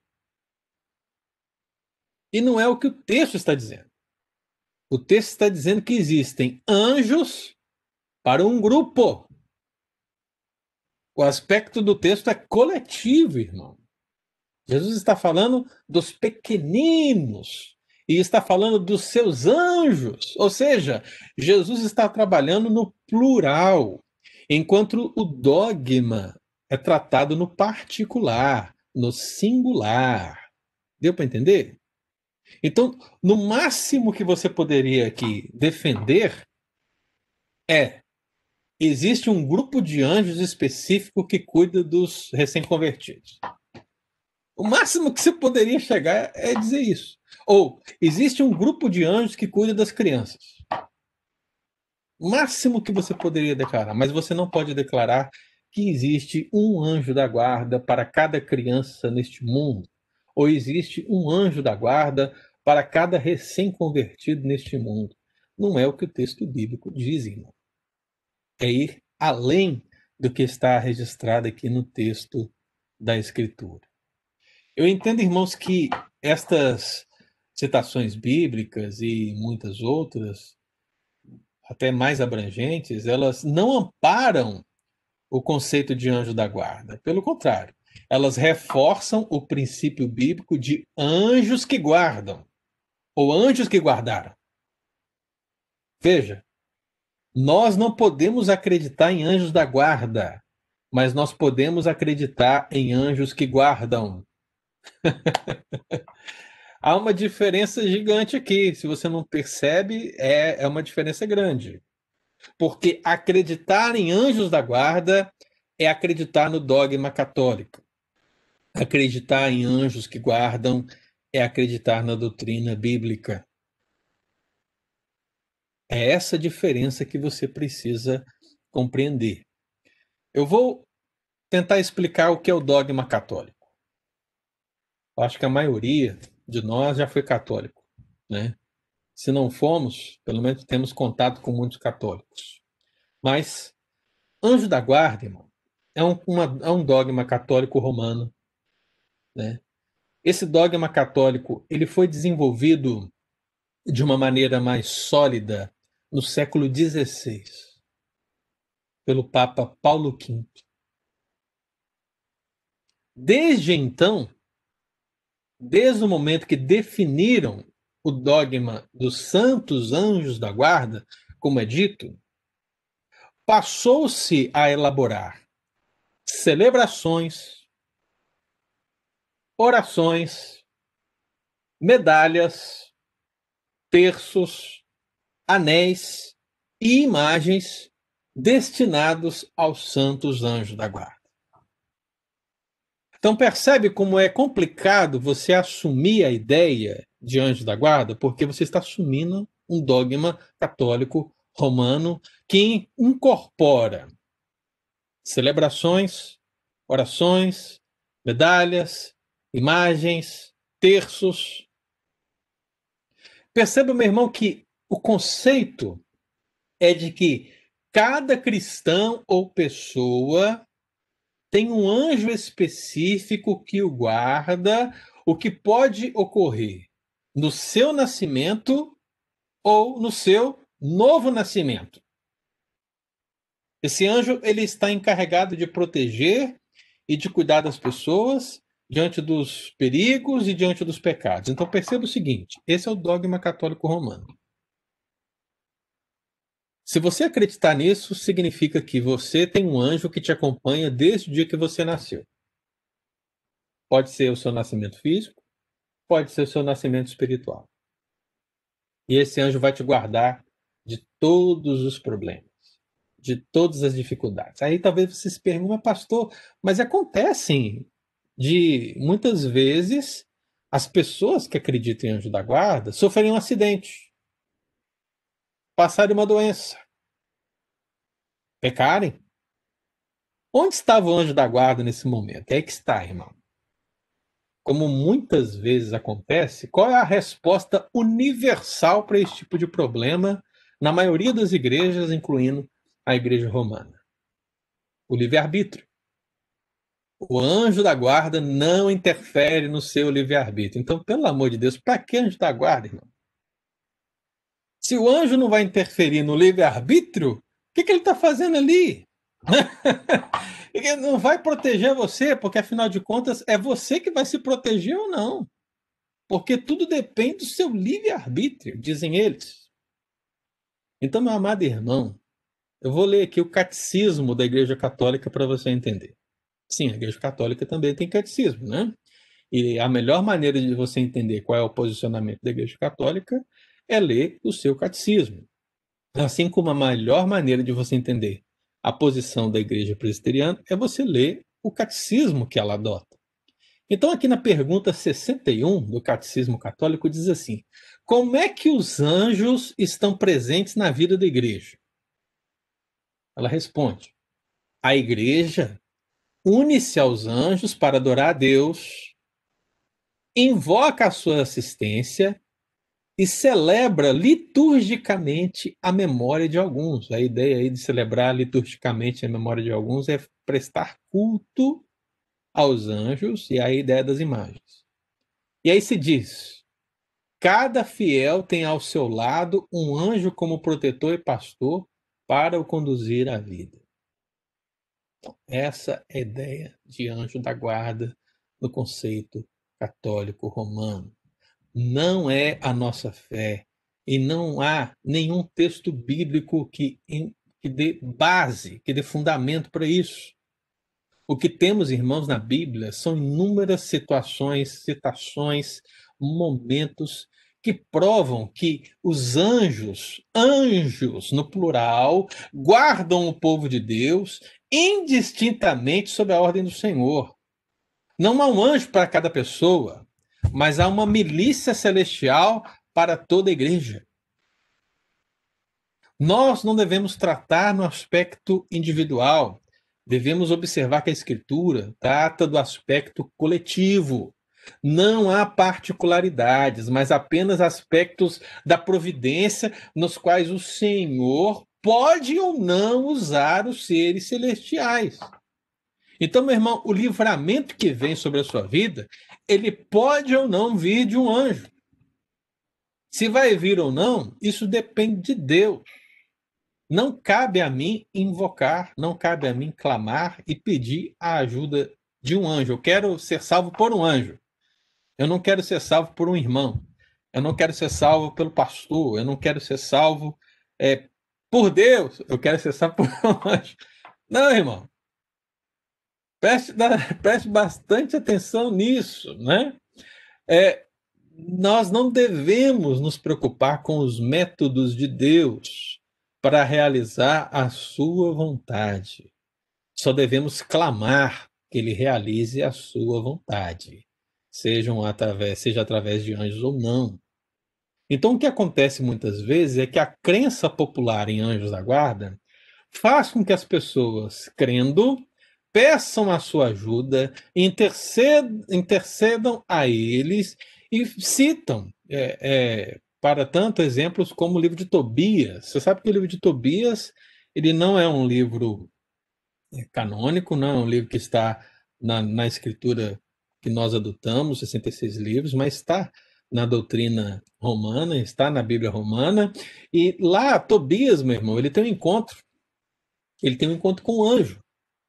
E não é o que o texto está dizendo. O texto está dizendo que existem anjos para um grupo. O aspecto do texto é coletivo, irmão. Jesus está falando dos pequeninos e está falando dos seus anjos. Ou seja, Jesus está trabalhando no plural, enquanto o dogma é tratado no particular, no singular. Deu para entender? Então, no máximo que você poderia aqui defender existe um grupo de anjos específico que cuida dos recém-convertidos. O máximo que você poderia chegar é dizer isso. Ou, existe um grupo de anjos que cuida das crianças. O máximo que você poderia declarar, mas você não pode declarar que existe um anjo da guarda para cada criança neste mundo. Ou existe um anjo da guarda para cada recém-convertido neste mundo. Não é o que o texto bíblico diz, irmão. É ir além do que está registrado aqui no texto da Escritura. Eu entendo, irmãos, que estas citações bíblicas e muitas outras, até mais abrangentes, elas não amparam o conceito de anjo da guarda. Pelo contrário, elas reforçam o princípio bíblico de anjos que guardam, ou anjos que guardaram. Veja, nós não podemos acreditar em anjos da guarda, mas nós podemos acreditar em anjos que guardam. Há uma diferença gigante aqui. Se você não percebe, é uma diferença grande. Porque acreditar em anjos da guarda é acreditar no dogma católico. Acreditar em anjos que guardam é acreditar na doutrina bíblica. É essa diferença que você precisa compreender. Eu vou tentar explicar o que é o dogma católico. Eu acho que a maioria de nós já foi católico, né? Se não fomos, pelo menos temos contato com muitos católicos. Mas anjo da guarda, irmão, é um dogma católico romano, né? Esse dogma católico ele foi desenvolvido de uma maneira mais sólida no século XVI, pelo Papa Paulo V. Desde então, desde o momento que definiram o dogma dos santos anjos da guarda, como é dito, passou-se a elaborar celebrações, orações, medalhas, terços, anéis e imagens destinados aos santos anjos da guarda. Então percebe como é complicado você assumir a ideia de anjo da guarda, porque você está assumindo um dogma católico romano que incorpora celebrações, orações, medalhas, imagens, terços. Perceba, meu irmão, que o conceito é de que cada cristão ou pessoa tem um anjo específico que o guarda, o que pode ocorrer no seu nascimento ou no seu novo nascimento. Esse anjo, ele está encarregado de proteger e de cuidar das pessoas diante dos perigos e diante dos pecados. Então perceba o seguinte, esse é o dogma católico romano. Se você acreditar nisso, significa que você tem um anjo que te acompanha desde o dia que você nasceu. Pode ser o seu nascimento físico, pode ser o seu nascimento espiritual. E esse anjo vai te guardar de todos os problemas, de todas as dificuldades. Aí talvez você se pergunte, pastor, mas acontecem de muitas vezes as pessoas que acreditam em anjo da guarda sofrerem um acidente, passarem uma doença, pecarem. Onde estava o anjo da guarda nesse momento? É aí que está, irmão. Como muitas vezes acontece, qual é a resposta universal para esse tipo de problema na maioria das igrejas, incluindo a igreja romana? O livre-arbítrio. O anjo da guarda não interfere no seu livre-arbítrio. Então, pelo amor de Deus, para que anjo da guarda, irmão? Se o anjo não vai interferir no livre-arbítrio, o que ele está fazendo ali? Ele não vai proteger você, porque afinal de contas é você que vai se proteger ou não. Porque tudo depende do seu livre-arbítrio, dizem eles. Então, meu amado irmão, eu vou ler aqui o catecismo da Igreja Católica para você entender. Sim, a Igreja Católica também tem catecismo, né? E a melhor maneira de você entender qual é o posicionamento da Igreja Católica é ler o seu catecismo. Assim como a melhor maneira de você entender a posição da Igreja Presbiteriana é você ler o catecismo que ela adota. Então, aqui na pergunta 61 do Catecismo Católico, diz assim: como é que os anjos estão presentes na vida da igreja? Ela responde: a igreja une-se aos anjos para adorar a Deus, invoca a sua assistência e celebra liturgicamente a memória de alguns. A ideia aí de celebrar liturgicamente a memória de alguns é prestar culto aos anjos e a ideia das imagens. E aí se diz: cada fiel tem ao seu lado um anjo como protetor e pastor para o conduzir à vida. Então, essa é a ideia de anjo da guarda no conceito católico romano. Não é a nossa fé e não há nenhum texto bíblico que dê base, que dê fundamento para isso. O que temos, irmãos, na Bíblia são inúmeras situações, citações, momentos que provam que os anjos no plural, guardam o povo de Deus indistintamente sob a ordem do Senhor. Não há um anjo para cada pessoa, mas há uma milícia celestial para toda a igreja. Nós não devemos tratar no aspecto individual, devemos observar que a Escritura trata do aspecto coletivo. Não há particularidades, mas apenas aspectos da providência nos quais o Senhor pode ou não usar os seres celestiais. Então, meu irmão, o livramento que vem sobre a sua vida, ele pode ou não vir de um anjo. Se vai vir ou não, isso depende de Deus. Não cabe a mim invocar, não cabe a mim clamar e pedir a ajuda de um anjo. Eu quero ser salvo por um anjo. Eu não quero ser salvo por um irmão. Eu não quero ser salvo pelo pastor. Eu não quero ser salvo por Deus. Eu quero ser salvo por um anjo. Não, irmão. Preste bastante atenção nisso, né? Nós não devemos nos preocupar com os métodos de Deus para realizar a sua vontade. Só devemos clamar que ele realize a sua vontade, seja através de anjos ou não. Então, o que acontece muitas vezes é que a crença popular em anjos da guarda faz com que as pessoas, crendo, peçam a sua ajuda, intercedam a eles e citam para tanto exemplos como o livro de Tobias. Você sabe que o livro de Tobias ele não é um livro canônico, não é um livro que está na escritura que nós adotamos, 66 livros, mas está na doutrina romana, está na Bíblia romana, e lá Tobias, meu irmão, ele tem um encontro ele tem um encontro com um anjo,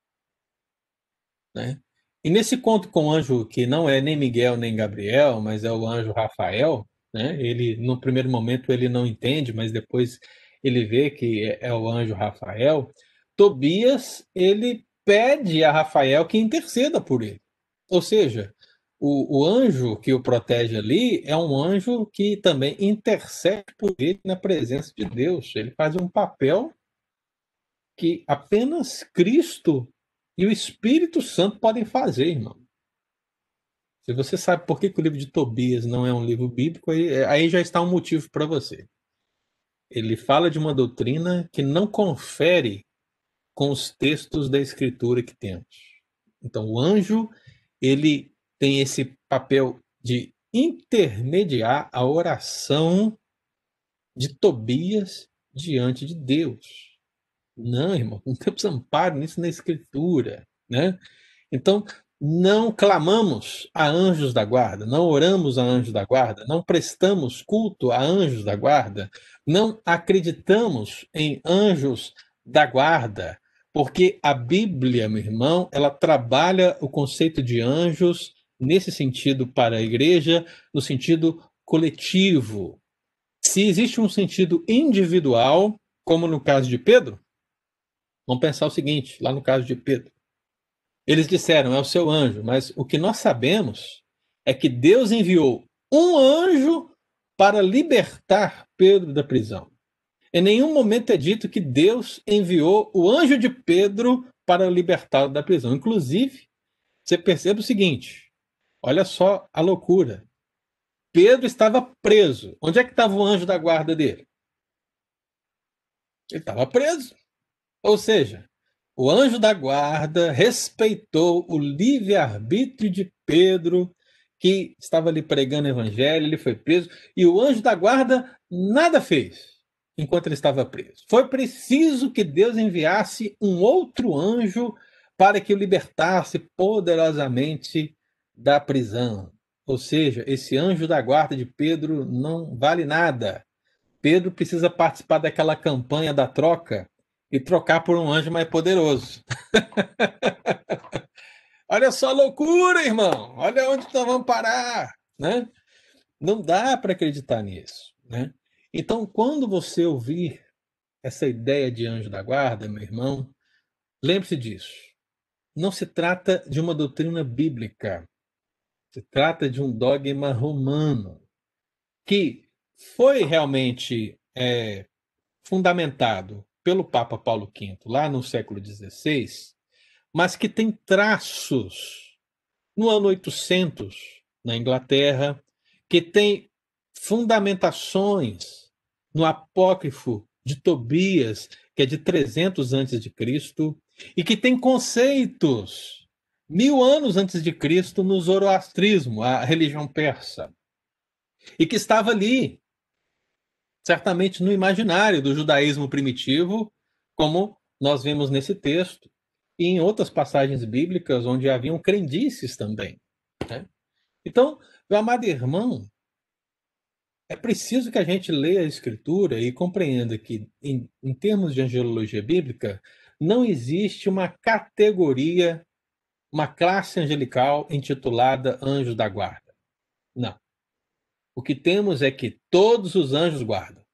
né? E nesse encontro com o anjo, que não é nem Miguel nem Gabriel, mas é o anjo Rafael, né? Ele, no primeiro momento, ele não entende, mas depois ele vê que é o anjo Rafael. Tobias, ele pede a Rafael que interceda por ele. Ou seja, o anjo que o protege ali é um anjo que também intercede por ele na presença de Deus. Ele faz um papel que apenas Cristo e o Espírito Santo podem fazer, irmão. Se você sabe por que o livro de Tobias não é um livro bíblico, aí já está um motivo para você. Ele fala de uma doutrina que não confere com os textos da Escritura que temos. Então, o anjo, ele tem esse papel de intermediar a oração de Tobias diante de Deus. Não, irmão, não temos amparo nisso na Escritura, né? Então, não clamamos a anjos da guarda, não oramos a anjos da guarda, não prestamos culto a anjos da guarda, não acreditamos em anjos da guarda, porque a Bíblia, meu irmão, ela trabalha o conceito de anjos nesse sentido para a igreja, no sentido coletivo. Se existe um sentido individual, como no caso de Pedro, vamos pensar o seguinte, lá no caso de Pedro. Eles disseram, é o seu anjo, mas o que nós sabemos é que Deus enviou um anjo para libertar Pedro da prisão. Em nenhum momento é dito que Deus enviou o anjo de Pedro para libertá-lo da prisão. Inclusive, você percebe o seguinte, olha só a loucura. Pedro estava preso. Onde é que estava o anjo da guarda dele? Ele estava preso. Ou seja, o anjo da guarda respeitou o livre-arbítrio de Pedro, que estava ali pregando o evangelho, ele foi preso, e o anjo da guarda nada fez enquanto ele estava preso. Foi preciso que Deus enviasse um outro anjo para que o libertasse poderosamente da prisão. Ou seja, esse anjo da guarda de Pedro não vale nada. Pedro precisa participar daquela campanha da troca e trocar por um anjo mais poderoso. Olha só a loucura, irmão. Olha onde nós vamos parar, né? Não dá para acreditar nisso, né? Então, quando você ouvir essa ideia de anjo da guarda, meu irmão, lembre-se disso. Não se trata de uma doutrina bíblica. Se trata de um dogma romano que foi realmente fundamentado pelo Papa Paulo V, lá no século XVI, mas que tem traços no ano 800, na Inglaterra, que tem fundamentações no apócrifo de Tobias, que é de 300 antes de Cristo, e que tem conceitos 1000 anos antes de Cristo no zoroastrismo, a religião persa, e que estava ali, certamente no imaginário do judaísmo primitivo, como nós vemos nesse texto, e em outras passagens bíblicas onde haviam crendices também, né? Então, meu amado irmão, é preciso que a gente leia a Escritura e compreenda que, em termos de angelologia bíblica, não existe uma categoria, uma classe angelical intitulada anjos da guarda. Não. O que temos é que todos os anjos guardam.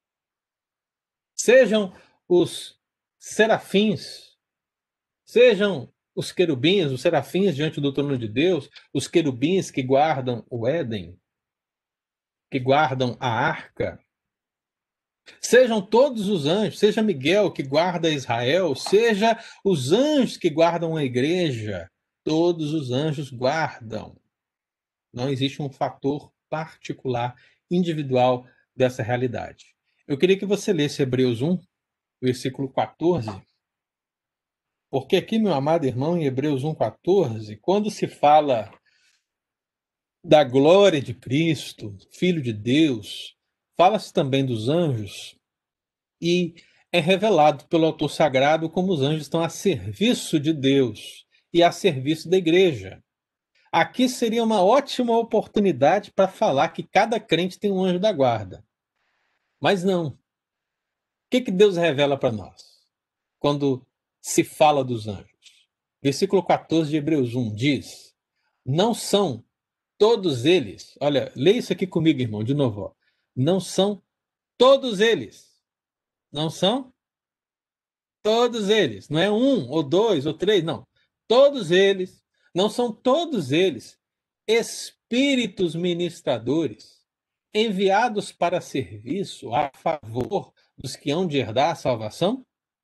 Sejam os serafins, sejam os querubins, os serafins diante do trono de Deus, os querubins que guardam o Éden, que guardam a arca, sejam todos os anjos, seja Miguel que guarda Israel, seja os anjos que guardam a igreja, todos os anjos guardam. Não existe um fator particular, individual dessa realidade. Eu queria que você lesse Hebreus 1, versículo 14, porque aqui, meu amado irmão, em Hebreus 1,14, quando se fala da glória de Cristo, Filho de Deus, fala-se também dos anjos, e é revelado pelo autor sagrado como os anjos estão a serviço de Deus e a serviço da igreja. Aqui seria uma ótima oportunidade para falar que cada crente tem um anjo da guarda. Mas não. O que Deus revela para nós? Quando se fala dos anjos? Versículo 14 de Hebreus 1 diz: não são todos eles, olha, leia isso aqui comigo, irmão, de novo, ó. Não são todos eles, não são todos eles, não é um, ou dois, ou três, não. Todos eles, não são todos eles espíritos ministradores enviados para serviço a favor dos que hão de herdar a salvação?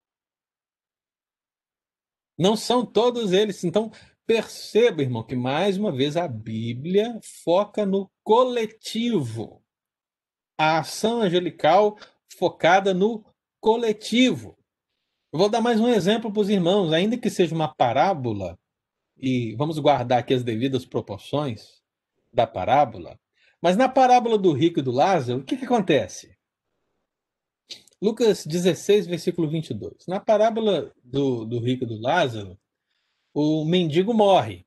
Não são todos eles. Então, perceba, irmão, que mais uma vez a Bíblia foca no coletivo. A ação angelical focada no coletivo. Eu vou dar mais um exemplo para os irmãos, ainda que seja uma parábola, e vamos guardar aqui as devidas proporções da parábola, mas na parábola do rico e do Lázaro, o que acontece? Lucas 16, versículo 22. Na parábola do rico e do Lázaro, o mendigo morre.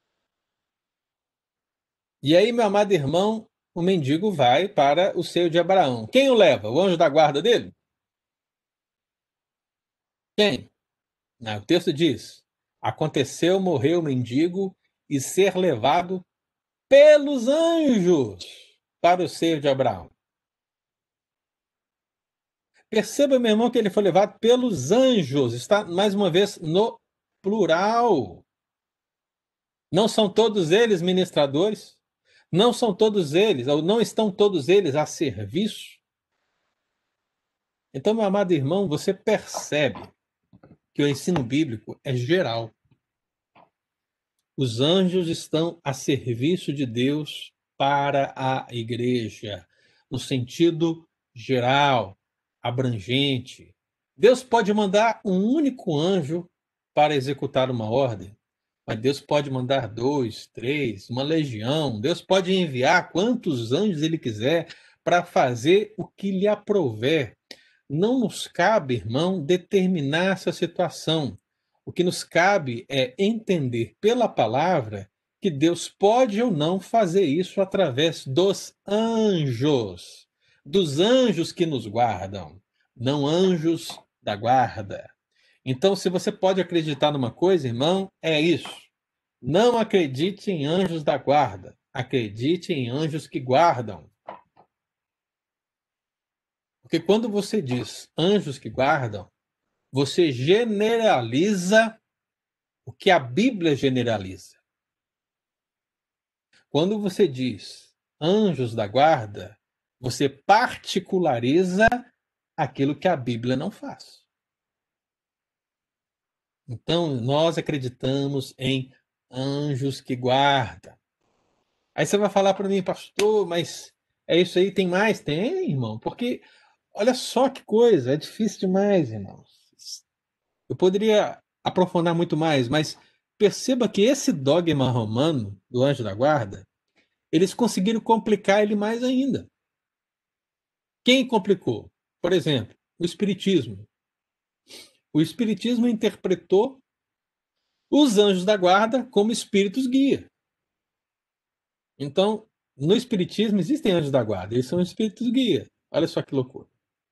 E aí, meu amado irmão, o mendigo vai para o seio de Abraão. Quem o leva? O anjo da guarda dele? Quem? Não, o texto diz: aconteceu morrer o mendigo e ser levado pelos anjos para o seio de Abraão. Perceba, meu irmão, que ele foi levado pelos anjos. Está, mais uma vez, no plural. Não são todos eles ministradores? Não são todos eles, ou não estão todos eles a serviço? Então, meu amado irmão, você percebe que o ensino bíblico é geral. Os anjos estão a serviço de Deus para a igreja, no sentido geral, abrangente. Deus pode mandar um único anjo para executar uma ordem, mas Deus pode mandar 2, 3, uma legião. Deus pode enviar quantos anjos Ele quiser para fazer o que lhe aprouver. Não nos cabe, irmão, determinar essa situação. O que nos cabe é entender pela palavra que Deus pode ou não fazer isso através dos anjos que nos guardam, não anjos da guarda. Então, se você pode acreditar numa coisa, irmão, é isso. Não acredite em anjos da guarda, acredite em anjos que guardam. Porque quando você diz anjos que guardam, você generaliza o que a Bíblia generaliza. Quando você diz anjos da guarda, você particulariza aquilo que a Bíblia não faz. Então, nós acreditamos em anjos que guardam. Aí você vai falar para mim, pastor, mas é isso aí, tem mais? Tem, irmão, porque olha só que coisa, é difícil demais, irmãos. Eu poderia aprofundar muito mais, mas perceba que esse dogma romano do anjo da guarda, eles conseguiram complicar ele mais ainda. Quem complicou? Por exemplo, o Espiritismo. O Espiritismo interpretou os anjos da guarda como espíritos guia. Então, no Espiritismo existem anjos da guarda, eles são espíritos guia. Olha só que loucura.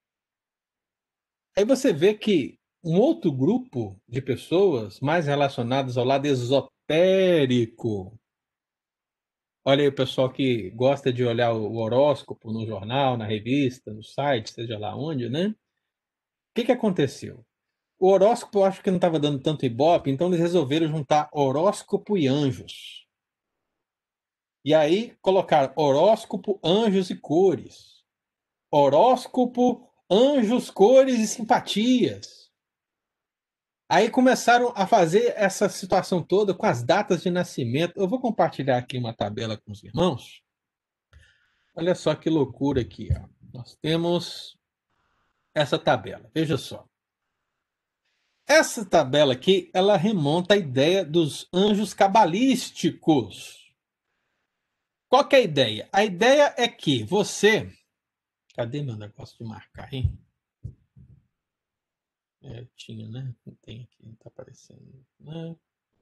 Aí você vê que um outro grupo de pessoas mais relacionadas ao lado esotérico. Olha aí o pessoal que gosta de olhar o horóscopo no jornal, na revista, no site, seja lá onde, né? O que aconteceu? O horóscopo eu acho que não estava dando tanto ibope, então eles resolveram juntar horóscopo e anjos. E aí colocaram horóscopo, anjos e cores. Horóscopo, anjos, cores e simpatias. Aí começaram a fazer essa situação toda com as datas de nascimento. Eu vou compartilhar aqui uma tabela com os irmãos. Olha só que loucura aqui. Ó. Nós temos essa tabela. Veja só. Essa tabela aqui, ela remonta à ideia dos anjos cabalísticos. Qual que é a ideia? A ideia é que você... Cadê meu negócio de marcar, hein? Tinha, né? Não tem aqui, não está aparecendo. Né?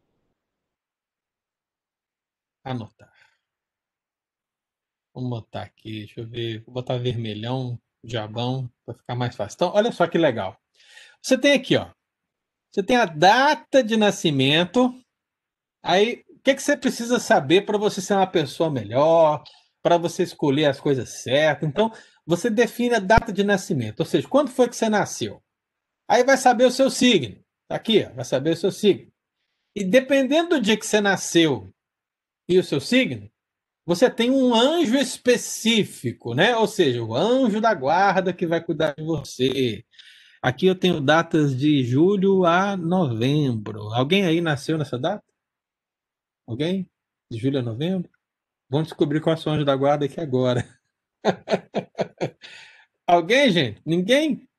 Anotar. Vamos botar aqui, deixa eu ver. Vou botar vermelhão, diabão, para ficar mais fácil. Então, olha só que legal. Você tem aqui, ó. Você tem a data de nascimento. Aí, o que você precisa saber para você ser uma pessoa melhor, para você escolher as coisas certas? Então, você define a data de nascimento, ou seja, quando foi que você nasceu? Aí vai saber o seu signo. Tá aqui, ó, vai saber o seu signo. E dependendo do dia que você nasceu e o seu signo, você tem um anjo específico, né? Ou seja, o anjo da guarda que vai cuidar de você. Aqui eu tenho datas de julho a novembro. Alguém aí nasceu nessa data? Alguém? De julho a novembro? Vamos descobrir qual é o anjo da guarda aqui agora. Alguém, gente? Ninguém?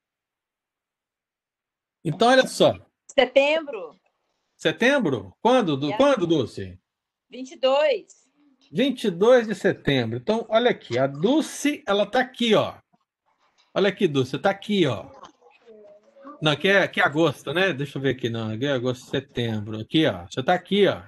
Então, olha só. Setembro. Setembro? Quando, quando, Dulce? 22. 22 de setembro. Então, olha aqui. A Dulce, ela tá aqui, ó. Olha aqui, Dulce, tá aqui, ó. Não, aqui é agosto, né? Deixa eu ver aqui. Não, aqui é agosto, setembro. Aqui, ó. Você tá aqui, ó.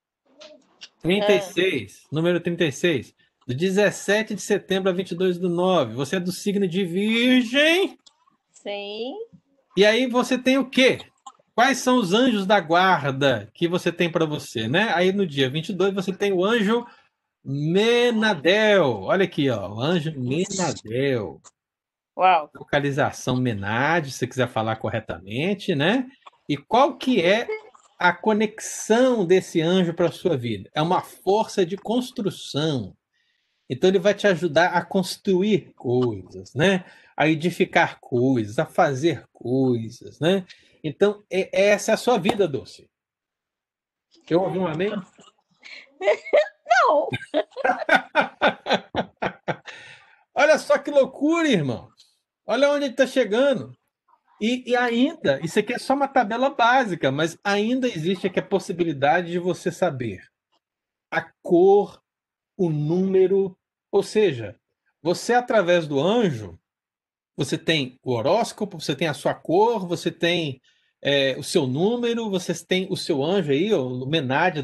36, número 36. Do 17 de setembro a 22/9. Você é do signo de Virgem. Sim. E aí você tem o quê? Quais são os anjos da guarda que você tem para você, né? Aí no dia 22 você tem o anjo Menadel. Olha aqui, ó. O anjo Menadel. Uau. Localização Menade, se você quiser falar corretamente, né? E qual que é a conexão desse anjo para a sua vida? É uma força de construção. Então ele vai te ajudar a construir coisas, né? A edificar coisas, a fazer coisas, né? Então essa é a sua vida, Dulce. Eu ouvi um amém? Não. Olha só que loucura, irmão. Olha onde ele está chegando. E ainda, isso aqui é só uma tabela básica, mas ainda existe aqui a possibilidade de você saber a cor, o número, ou seja, você através do anjo, você tem o horóscopo, você tem a sua cor, você tem o seu número, você tem o seu anjo aí, o Menade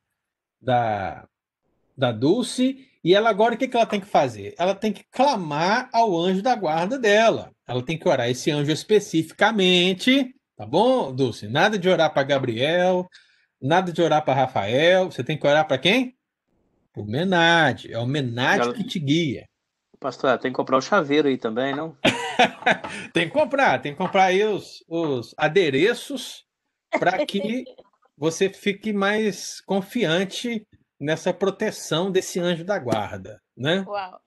da, da Dulce, e ela agora o que ela tem que fazer? Ela tem que clamar ao anjo da guarda dela. Ela tem que orar esse anjo especificamente, tá bom, Dulce? Nada de orar para Gabriel, nada de orar para Rafael. Você tem que orar para quem? O Menade. É o Menade que te guia. Pastor, tem que comprar o chaveiro aí também, não? Tem que comprar aí os adereços para que você fique mais confiante nessa proteção desse anjo da guarda, né? Uau.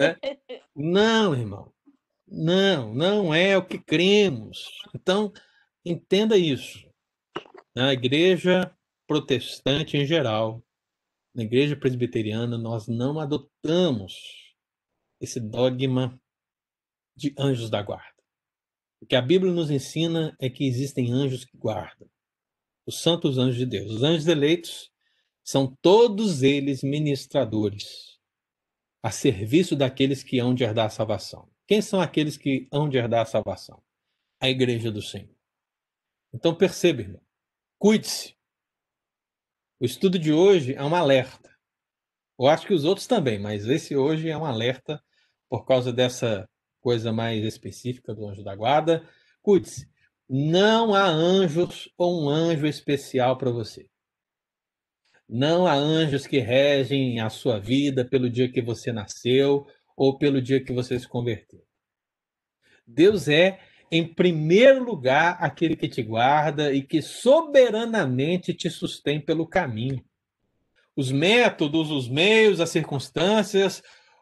Não, irmão. Não é o que cremos. Então, entenda isso. Na igreja protestante em geral, na igreja presbiteriana, nós não adotamos esse dogma de anjos da guarda. O que a Bíblia nos ensina é que existem anjos que guardam, os santos anjos de Deus. Os anjos eleitos são todos eles ministradores a serviço daqueles que hão de herdar a salvação. Quem são aqueles que hão de herdar a salvação? A igreja do Senhor. Então perceba, irmão, cuide-se. O estudo de hoje é um alerta. Eu acho que os outros também, mas esse hoje é um alerta por causa dessa coisa mais específica do anjo da guarda. Cuide-se. Não há anjos ou um anjo especial para você. Não há anjos que regem a sua vida pelo dia que você nasceu ou pelo dia que você se converteu. Deus é, em primeiro lugar, aquele que te guarda e que soberanamente te sustém pelo caminho. Os métodos, os meios, as circunstâncias,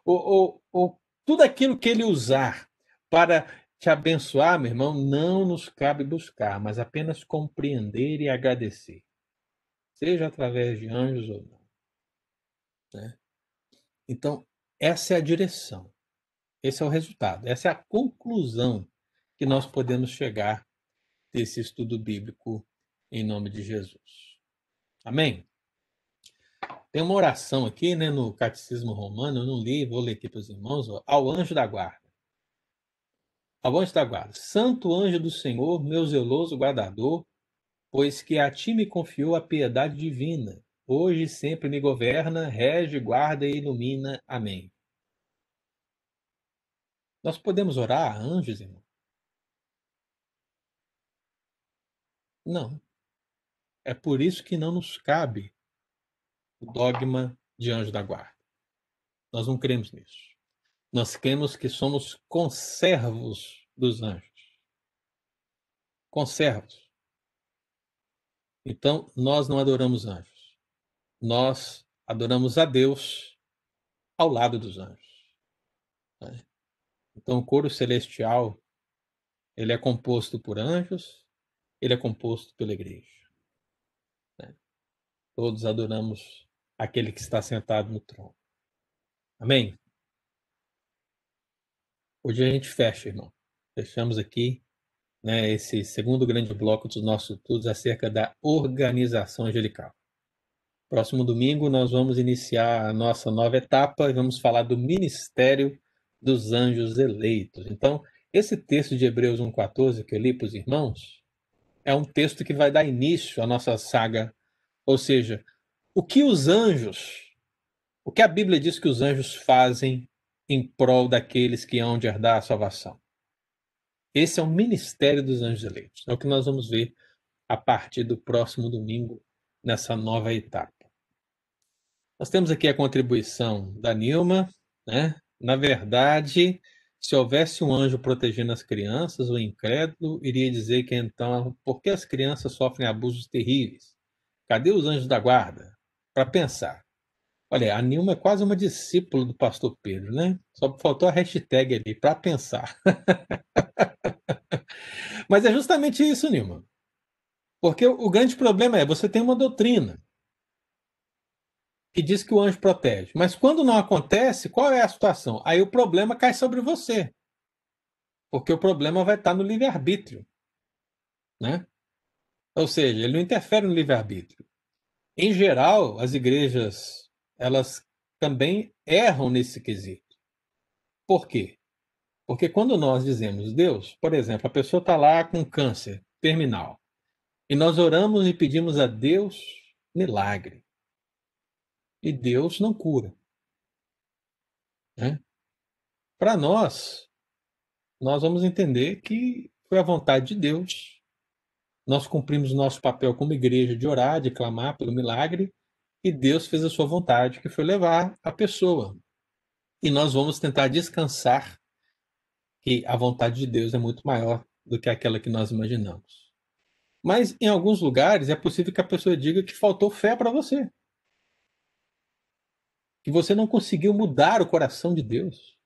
tudo aquilo que ele usar para te abençoar, meu irmão, não nos cabe buscar, mas apenas compreender e agradecer. Seja através de anjos ou não. Né? Então, essa é a direção. Esse é o resultado. Essa é a conclusão que nós podemos chegar desse estudo bíblico em nome de Jesus. Amém? Tem uma oração aqui, né, no Catecismo Romano, eu não li, vou ler aqui para os irmãos, ó, ao anjo da guarda. Ao anjo da guarda. Santo anjo do Senhor, meu zeloso guardador, pois que a ti me confiou a piedade divina, hoje e sempre me governa, rege, guarda e ilumina. Amém. Nós podemos orar a anjos, irmão? Não. É por isso que não nos cabe o dogma de anjo da guarda. Nós não cremos nisso. Nós cremos que somos conservos dos anjos. Conservos. Então, nós não adoramos anjos. Nós adoramos a Deus ao lado dos anjos. Né? Então, o coro celestial, ele é composto por anjos, ele é composto pela igreja. Né? Todos adoramos aquele que está sentado no trono. Amém? Hoje a gente fecha, irmão. Fechamos aqui, né, esse segundo grande bloco dos nossos estudos acerca da organização angelical. Próximo domingo nós vamos iniciar a nossa nova etapa e vamos falar do ministério dos anjos eleitos. Então, esse texto de Hebreus 1,14 que eu li para os irmãos é um texto que vai dar início à nossa saga, ou seja, o que a Bíblia diz que os anjos fazem em prol daqueles que hão de herdar a salvação. Esse é o ministério dos anjos eleitos. É o que nós vamos ver a partir do próximo domingo, nessa nova etapa. Nós temos aqui a contribuição da Nilma, né? Na verdade, se houvesse um anjo protegendo as crianças, o incrédulo iria dizer que então, por que as crianças sofrem abusos terríveis? Cadê os anjos da guarda? Para pensar. Olha, a Nilma é quase uma discípula do pastor Pedro, né? Só faltou a hashtag ali, para pensar. Mas é justamente isso, Nilma. Porque o grande problema é, você tem uma doutrina que diz que o anjo protege. Mas quando não acontece, qual é a situação? Aí o problema cai sobre você. Porque o problema vai estar no livre-arbítrio. Né? Ou seja, ele não interfere no livre-arbítrio. Em geral, as igrejas, elas também erram nesse quesito. Por quê? Porque quando nós dizemos Deus, por exemplo, a pessoa está lá com câncer terminal, e nós oramos e pedimos a Deus milagre. E Deus não cura. Né? Para nós vamos entender que foi a vontade de Deus. Nós cumprimos o nosso papel como igreja de orar, de clamar pelo milagre, e Deus fez a sua vontade, que foi levar a pessoa. E nós vamos tentar descansar que a vontade de Deus é muito maior do que aquela que nós imaginamos. Mas em alguns lugares é possível que a pessoa diga que faltou fé para você. Que você não conseguiu mudar o coração de Deus.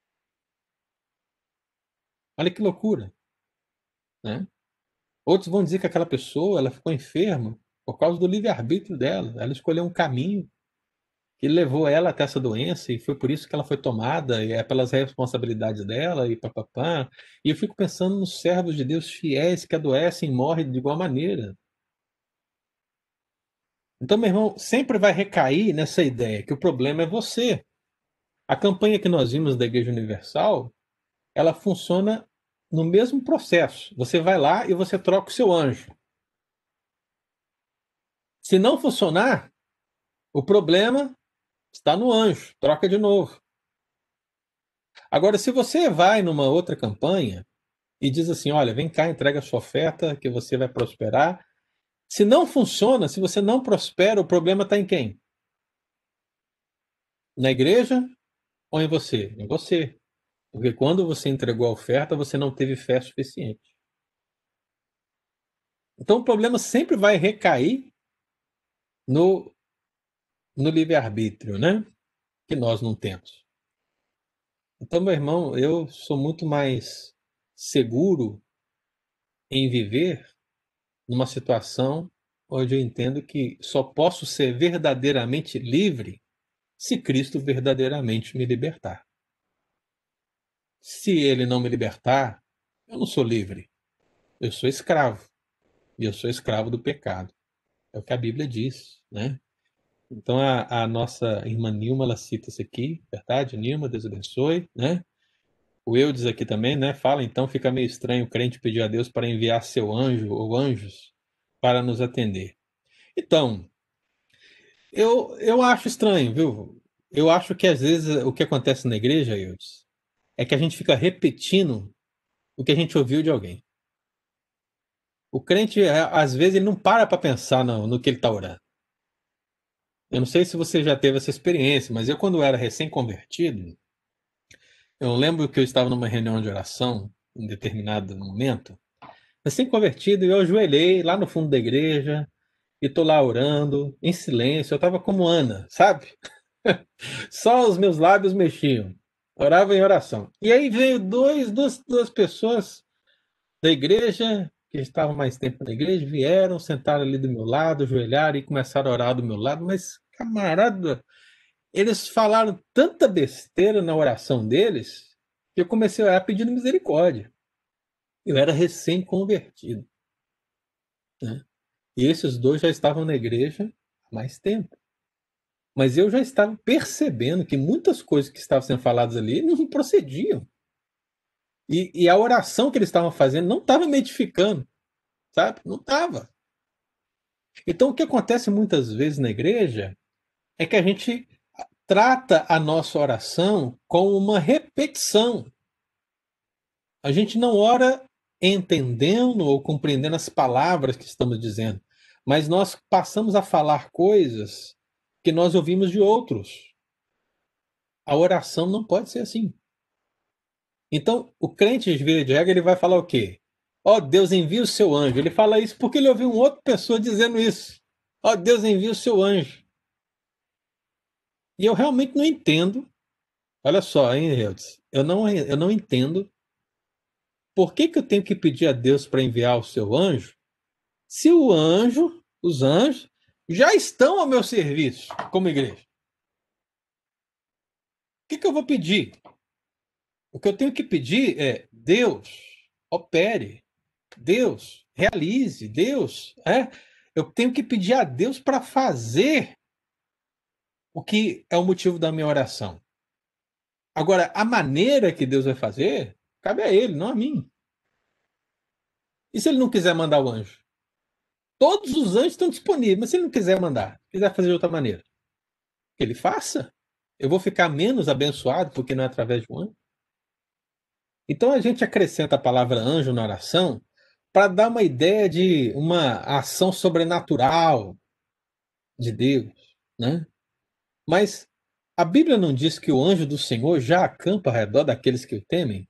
Olha que loucura. Né? Outros vão dizer que aquela pessoa ela ficou enferma por causa do livre-arbítrio dela. Ela escolheu um caminho que levou ela até essa doença e foi por isso que ela foi tomada, e é pelas responsabilidades dela e papapá. E eu fico pensando nos servos de Deus fiéis que adoecem e morrem de igual maneira. Então, meu irmão, sempre vai recair nessa ideia que o problema é você. A campanha que nós vimos da Igreja Universal, ela funciona no mesmo processo. Você vai lá e você troca o seu anjo. Se não funcionar, o problema está no anjo, troca de novo. Agora, se você vai numa outra campanha e diz assim, olha, vem cá, entrega a sua oferta que você vai prosperar. Se não funciona, se você não prospera, o problema está em quem? Na igreja ou em você? Em você. Porque quando você entregou a oferta, você não teve fé suficiente. Então o problema sempre vai recair no livre-arbítrio, né? Que nós não temos. Então, meu irmão, eu sou muito mais seguro em viver numa situação onde eu entendo que só posso ser verdadeiramente livre se Cristo verdadeiramente me libertar. Se ele não me libertar, eu não sou livre. Eu sou escravo. E eu sou escravo do pecado. É o que a Bíblia diz, né? Então a nossa irmã Nilma, ela cita isso aqui, verdade? Nilma, Deus abençoe, né? O Eudes aqui também, né? Fala, então fica meio estranho o crente pedir a Deus para enviar seu anjo ou anjos para nos atender. Então, eu acho estranho, viu? Eu acho que às vezes o que acontece na igreja, Eudes, é que a gente fica repetindo o que a gente ouviu de alguém. O crente, às vezes, ele não para pensar no que ele está orando. Eu não sei se você já teve essa experiência, mas eu, quando era recém-convertido, eu lembro que eu estava numa reunião de oração, em determinado momento, recém-convertido, e eu ajoelhei lá no fundo da igreja, e tô lá orando, em silêncio. Eu estava como Ana, sabe? Só os meus lábios mexiam. Orava em oração. E aí veio duas pessoas da igreja, que estavam mais tempo na igreja, vieram, sentaram ali do meu lado, ajoelharam e começaram a orar do meu lado. Mas, camarada, eles falaram tanta besteira na oração deles que eu comecei a orar pedindo misericórdia. Eu era recém-convertido, né? E esses dois já estavam na igreja há mais tempo. Mas eu já estava percebendo que muitas coisas que estavam sendo faladas ali não procediam. E a oração que eles estavam fazendo não estava me edificando, sabe? Não estava. Então, o que acontece muitas vezes na igreja é que a gente trata a nossa oração como uma repetição. A gente não ora entendendo ou compreendendo as palavras que estamos dizendo, mas nós passamos a falar coisas que nós ouvimos de outros. A oração não pode ser assim. Então, o crente, de via de regra, ele vai falar o quê? Ó, Deus envia o seu anjo. Ele fala isso porque ele ouviu uma outra pessoa dizendo isso. Ó, Deus envia o seu anjo. E eu realmente não entendo. Olha só, hein, Reutz? Eu não entendo por que eu tenho que pedir a Deus para enviar o seu anjo se os anjos, já estão ao meu serviço como igreja. O que eu vou pedir? O que eu tenho que pedir é: Deus, opere. Deus, realize. Deus, eu tenho que pedir a Deus para fazer o que é o motivo da minha oração. Agora, a maneira que Deus vai fazer, cabe a Ele, não a mim. E se Ele não quiser mandar o anjo? Todos os anjos estão disponíveis, mas se Ele não quiser mandar, quiser fazer de outra maneira, que Ele faça. Eu vou ficar menos abençoado porque não é através de um anjo? Então a gente acrescenta a palavra anjo na oração para dar uma ideia de uma ação sobrenatural de Deus, né? Mas a Bíblia não diz que o anjo do Senhor já acampa ao redor daqueles que o temem?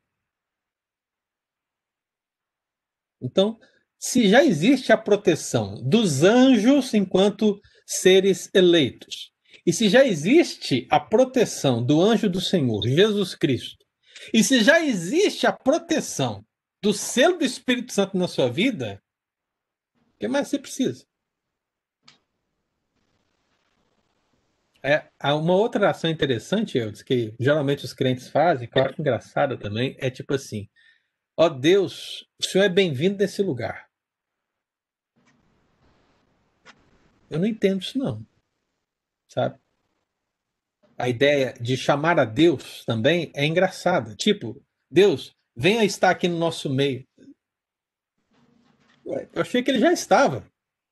Então, se já existe a proteção dos anjos enquanto seres eleitos, e se já existe a proteção do anjo do Senhor, Jesus Cristo, e se já existe a proteção do selo do Espírito Santo na sua vida, o que mais você precisa? Há uma outra ação interessante, Eudes, que geralmente os crentes fazem, que eu acho engraçada também, é tipo assim: ó Deus, o Senhor é bem-vindo nesse lugar. Eu não entendo isso não, sabe? A ideia de chamar a Deus também é engraçada. Tipo, Deus, venha estar aqui no nosso meio. Eu achei que ele já estava.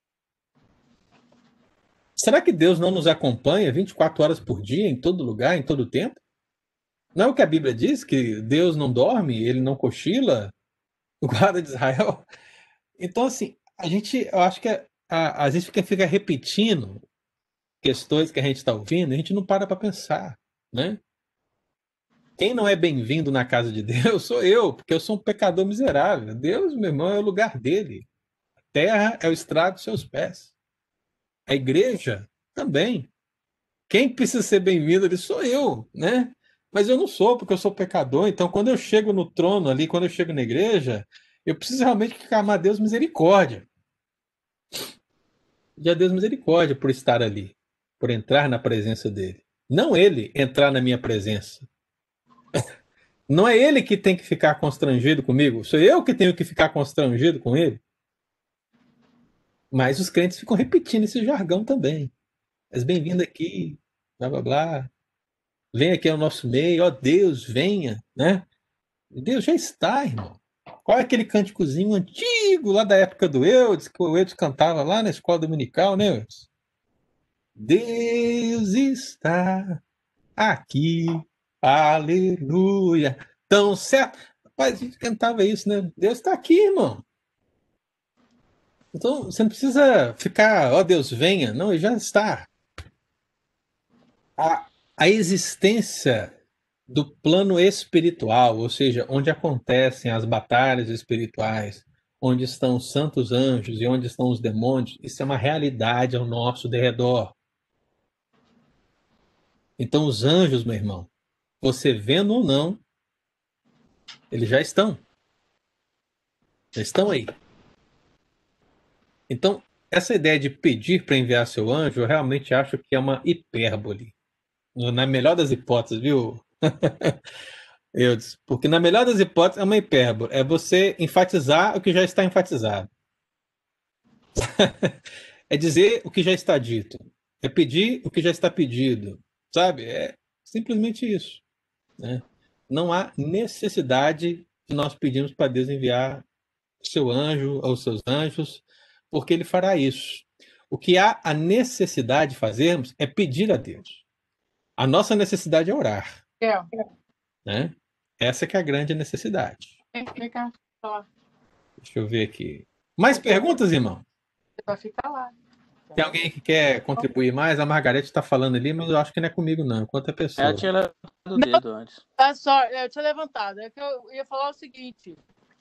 Será que Deus não nos acompanha 24 horas por dia, em todo lugar, em todo tempo? Não é o que a Bíblia diz? Que Deus não dorme, ele não cochila, o guarda de Israel? Então, assim, eu acho que a gente fica repetindo questões que a gente está ouvindo, a gente não para pensar, né? Quem não é bem-vindo na casa de Deus sou eu, porque eu sou um pecador miserável. Deus, meu irmão, é o lugar dele. A terra é o estrado dos seus pés. A igreja também. Quem precisa ser bem-vindo ali sou eu, né? Mas eu não sou, porque eu sou pecador. Então, quando eu chego no trono ali, quando eu chego na igreja, eu preciso realmente clamar a Deus misericórdia. E a Deus misericórdia por estar ali, por entrar na presença dele. Não ele entrar na minha presença. Não é ele que tem que ficar constrangido comigo, sou eu que tenho que ficar constrangido com ele. Mas os crentes ficam repetindo esse jargão também. Mas bem-vindo aqui, blá blá blá. Vem aqui ao nosso meio, ó Deus, venha, né? Deus já está, irmão. Qual é aquele cânticozinho antigo lá da época do Eudes, que o Eudes cantava lá na escola dominical, né, Eudes? Deus está aqui, aleluia. Tão certo. Rapaz, a gente cantava isso, né? Deus está aqui, irmão. Então, você não precisa ficar, ó Deus, venha. Não, ele já está. A existência do plano espiritual, ou seja, onde acontecem as batalhas espirituais, onde estão os santos anjos e onde estão os demônios, isso é uma realidade ao nosso derredor. Então, os anjos, meu irmão, você vendo ou não, eles já estão. Já estão aí. Então, essa ideia de pedir para enviar seu anjo, eu realmente acho que é uma hipérbole. Na melhor das hipóteses, viu? Porque na melhor das hipóteses é uma hipérbole. É você enfatizar o que já está enfatizado. É dizer o que já está dito. É pedir o que já está pedido. Sabe? É simplesmente isso. Né? Não há necessidade de nós pedirmos para Deus enviar o seu anjo ou os seus anjos, porque ele fará isso. O que há a necessidade de fazermos é pedir a Deus. A nossa necessidade é orar. Né? Essa que é a grande necessidade. Vem cá, falar. Deixa eu ver aqui. Mais perguntas, irmão? Você vai ficar lá. Tem alguém que quer contribuir mais? A Margarete está falando ali, mas eu acho que não é comigo, não. Quanto a pessoa. Ela tinha levantado o dedo antes. Tá só, eu tinha levantado. É que eu ia falar o seguinte: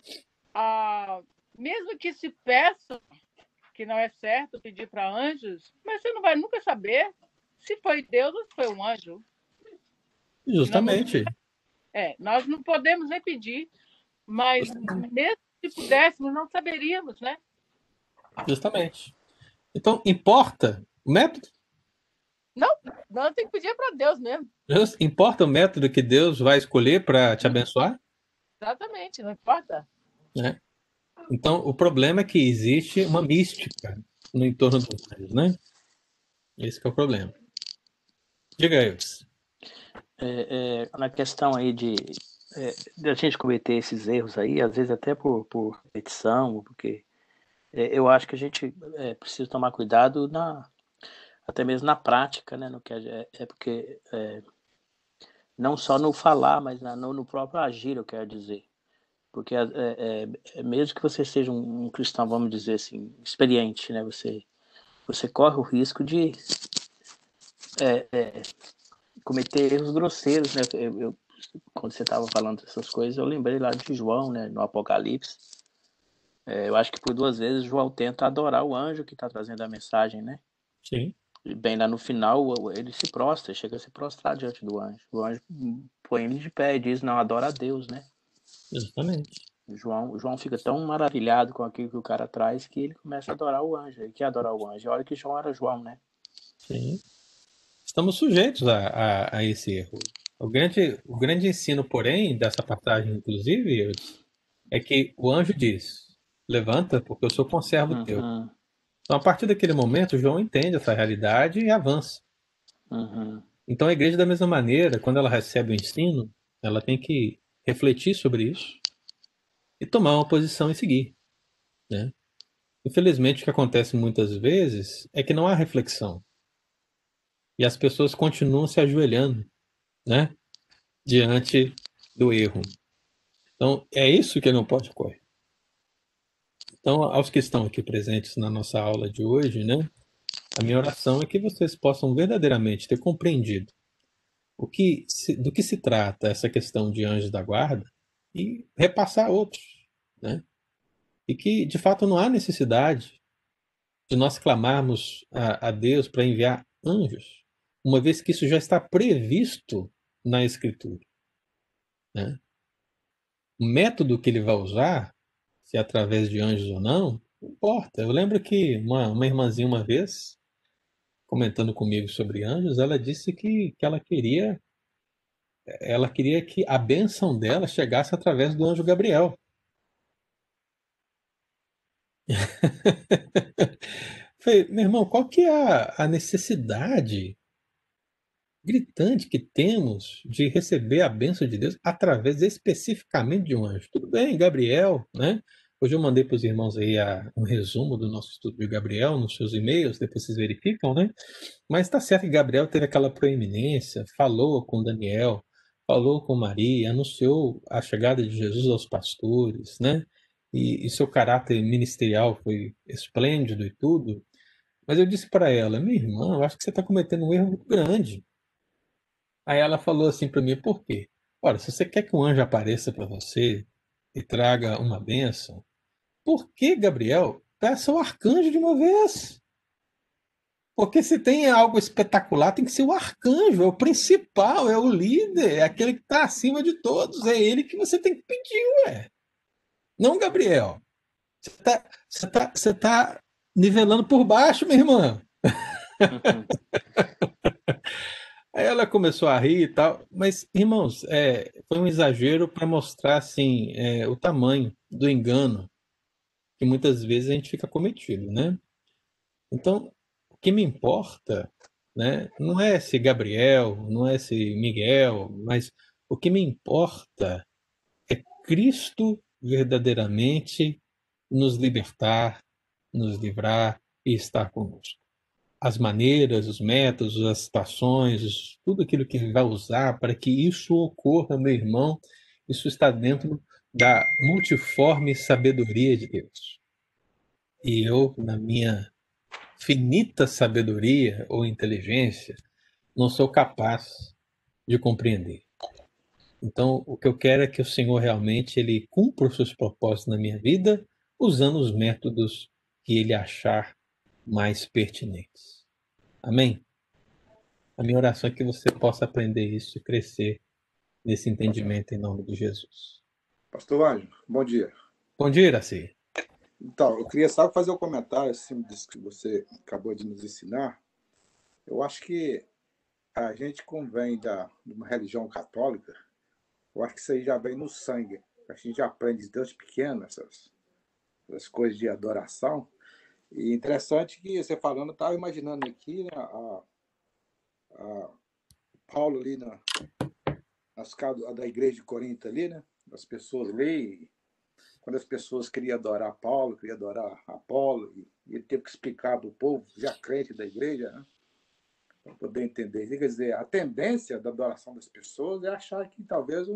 mesmo que se peça, que não é certo pedir para anjos, mas você não vai nunca saber se foi Deus ou se foi um anjo. Justamente. Nós não podemos nem pedir, mas mesmo se pudéssemos, não saberíamos, né? Justamente. Então, importa o método? Não tem que pedir para Deus mesmo. Importa o método que Deus vai escolher para te abençoar? Exatamente, não importa. Né? Então, o problema é que existe uma mística no entorno dos anjos, né? Esse que é o problema. Diga aí. Na questão aí de a gente cometer esses erros aí, às vezes até por repetição, porque eu acho que a gente precisa tomar cuidado até mesmo na prática, né? No que porque não só no falar, mas no próprio agir, eu quero dizer. Porque mesmo que você seja um cristão, vamos dizer assim, experiente, né? Você corre o risco de cometer erros grosseiros, né? Quando você estava falando dessas coisas, eu lembrei lá de João, né? No Apocalipse. Eu acho que por 2 vezes João tenta adorar o anjo que está trazendo a mensagem, né? Sim. E bem lá no final, ele se prostra, chega a se prostrar diante do anjo. O anjo põe ele de pé e diz, não, adora a Deus, né? Justamente. João fica tão maravilhado com aquilo que o cara traz que ele começa a adorar o anjo. Ele quer adorar o anjo. Olha que João era João, né? Sim. Estamos sujeitos a esse erro. O grande ensino, porém, dessa passagem, inclusive, é que o anjo diz, levanta, porque eu sou conservo teu. Então, a partir daquele momento, João entende essa realidade e avança. Então, a igreja, da mesma maneira, quando ela recebe o ensino, ela tem que refletir sobre isso e tomar uma posição e seguir. Né? Infelizmente, o que acontece muitas vezes é que não há reflexão. E as pessoas continuam se ajoelhando, né? Diante do erro. Então, é isso que não pode ocorrer. Então, aos que estão aqui presentes na nossa aula de hoje, né? A minha oração é que vocês possam verdadeiramente ter compreendido do que se trata essa questão de anjos da guarda e repassar a outros, né? E que, de fato, não há necessidade de nós clamarmos a Deus para enviar anjos, uma vez que isso já está previsto na Escritura. Né? O método que ele vai usar, se é através de anjos ou não importa. Eu lembro que uma irmãzinha uma vez, comentando comigo sobre anjos, ela disse que ela queria que a bênção dela chegasse através do anjo Gabriel. Falei, meu irmão, qual que é a necessidade gritante que temos de receber a bênção de Deus através especificamente de um anjo? Tudo bem, Gabriel, né? Hoje eu mandei para os irmãos aí um resumo do nosso estudo de Gabriel nos seus e-mails, depois vocês verificam, né? Mas está certo que Gabriel teve aquela proeminência, falou com Daniel, falou com Maria, anunciou a chegada de Jesus aos pastores, né? e seu caráter ministerial foi esplêndido e tudo, mas eu disse para ela, minha irmã, eu acho que você está cometendo um erro muito grande. Aí ela falou assim para mim, por quê? Olha, se você quer que um anjo apareça para você e traga uma bênção, por que, Gabriel? Peça o arcanjo de uma vez. Porque se tem algo espetacular, tem que ser o arcanjo, é o principal, é o líder, é aquele que está acima de todos, é ele que você tem que pedir, ué. Não, Gabriel. Você tá nivelando por baixo, minha irmã. Uhum. Aí ela começou a rir e tal, mas, irmãos, foi um exagero para mostrar assim, o tamanho do engano que muitas vezes a gente fica cometido, né? Então, o que me importa, né, não é se Gabriel, não é se Miguel, mas o que me importa é Cristo verdadeiramente nos libertar, nos livrar e estar conosco. As maneiras, os métodos, as situações, tudo aquilo que ele vai usar para que isso ocorra, meu irmão, isso está dentro da multiforme sabedoria de Deus. E eu, na minha finita sabedoria ou inteligência, não sou capaz de compreender. Então, o que eu quero é que o Senhor realmente ele cumpra os seus propósitos na minha vida, usando os métodos que ele achar mais pertinentes. Amém? A minha oração é que você possa aprender isso e crescer nesse entendimento em nome de Jesus. Pastor Anjo, bom dia. Bom dia, Iraci. Então, eu queria só fazer um comentário assim disso que você acabou de nos ensinar. Eu acho que a gente convém de uma religião católica, eu acho que isso aí já vem no sangue. A gente aprende de Deus pequeno, essas coisas de adoração. E interessante que você falando, eu estava imaginando aqui, né, a Paulo ali nas casas da igreja de Corinto ali, né? As pessoas ali, quando as pessoas queriam adorar Paulo, queriam adorar Apolo, e ele teve que explicar para o povo, já crente da igreja, né? Para poder entender. Quer dizer, a tendência da adoração das pessoas é achar que talvez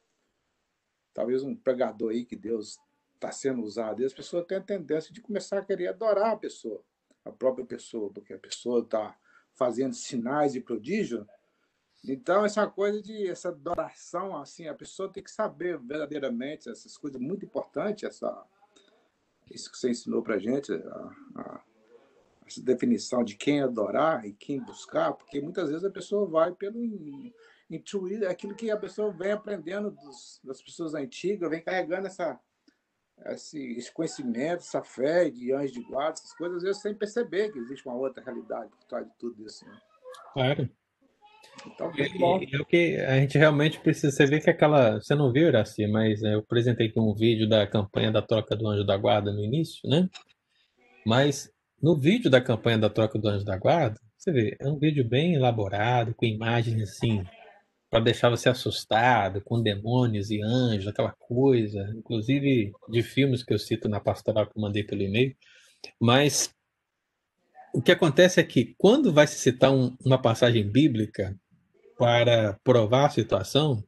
um pregador aí que Deus está sendo usado, e as pessoas têm a tendência de começar a querer adorar a pessoa, a própria pessoa, porque a pessoa está fazendo sinais e prodígios. Então, essa coisa essa adoração, assim, a pessoa tem que saber verdadeiramente essas coisas muito importantes, isso que você ensinou para a gente, essa definição de quem adorar e quem buscar, porque muitas vezes a pessoa vai pelo intuir, aquilo que a pessoa vem aprendendo das pessoas antigas, vem carregando esse conhecimento, essa fé de anjo de guarda, essas coisas, às vezes sem perceber que existe uma outra realidade por trás de tudo isso. Né? Claro. Então, muito bom. E o que a gente realmente precisa, você vê que você não viu, Iraci, mas eu apresentei aqui um vídeo da campanha da troca do Anjo da Guarda no início, né? Mas no vídeo da campanha da troca do Anjo da Guarda, você vê, é um vídeo bem elaborado, com imagens assim, para deixar você assustado, com demônios e anjos, aquela coisa, inclusive de filmes que eu cito na pastoral que eu mandei pelo e-mail. Mas o que acontece é que quando vai se citar uma passagem bíblica para provar a situação,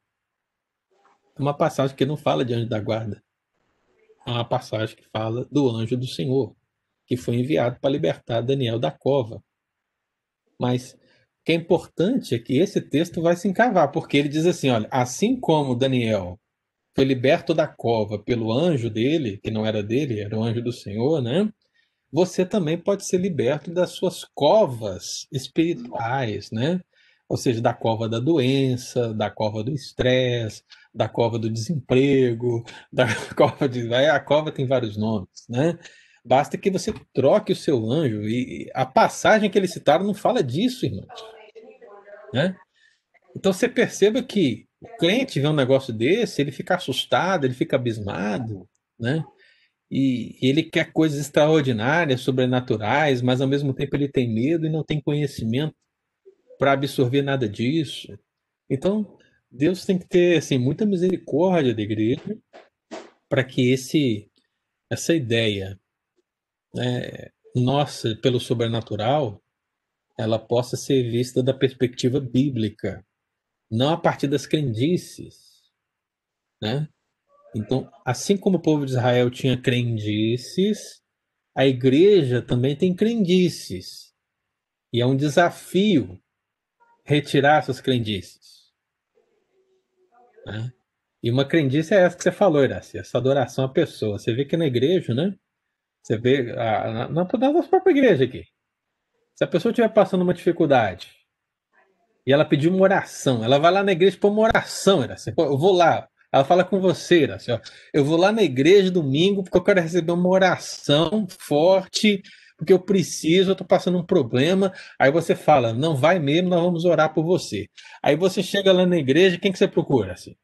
é uma passagem que não fala de anjo da guarda. É uma passagem que fala do anjo do Senhor, que foi enviado para libertar Daniel da cova. Mas o que é importante é que esse texto vai se encavar, porque ele diz assim, olha, assim como Daniel foi liberto da cova pelo anjo dele, que não era dele, era o anjo do Senhor, né? Você também pode ser liberto das suas covas espirituais, né? Ou seja, da cova da doença, da cova do estresse, da cova do desemprego, da cova de... A cova tem vários nomes, né? Basta que você troque o seu anjo. E a passagem que eles citaram não fala disso, irmãos. Né? Então você perceba que o crente vê um negócio desse, ele fica assustado, ele fica abismado, né? E ele quer coisas extraordinárias, sobrenaturais, mas ao mesmo tempo ele tem medo e não tem conhecimento para absorver nada disso. Então, Deus tem que ter assim, muita misericórdia da igreja para que essa ideia, né, nossa, pelo sobrenatural, ela possa ser vista da perspectiva bíblica, não a partir das crendices, né? Então, assim como o povo de Israel tinha crendices, a igreja também tem crendices. E é um desafio retirar essas crendices, né? E uma crendice é essa que você falou, Iraci, essa adoração à pessoa. Você vê que na igreja, né? Você vê na nossa própria igreja aqui. Se a pessoa estiver passando uma dificuldade e ela pedir uma oração, ela vai lá na igreja para uma oração, Iraci. Eu vou lá. Ela fala com você, Iraci, ó, eu vou lá na igreja domingo porque eu quero receber uma oração forte, porque eu preciso, eu estou passando um problema. Aí você fala, não vai mesmo, nós vamos orar por você. Aí você chega lá na igreja, quem que você procura, assim?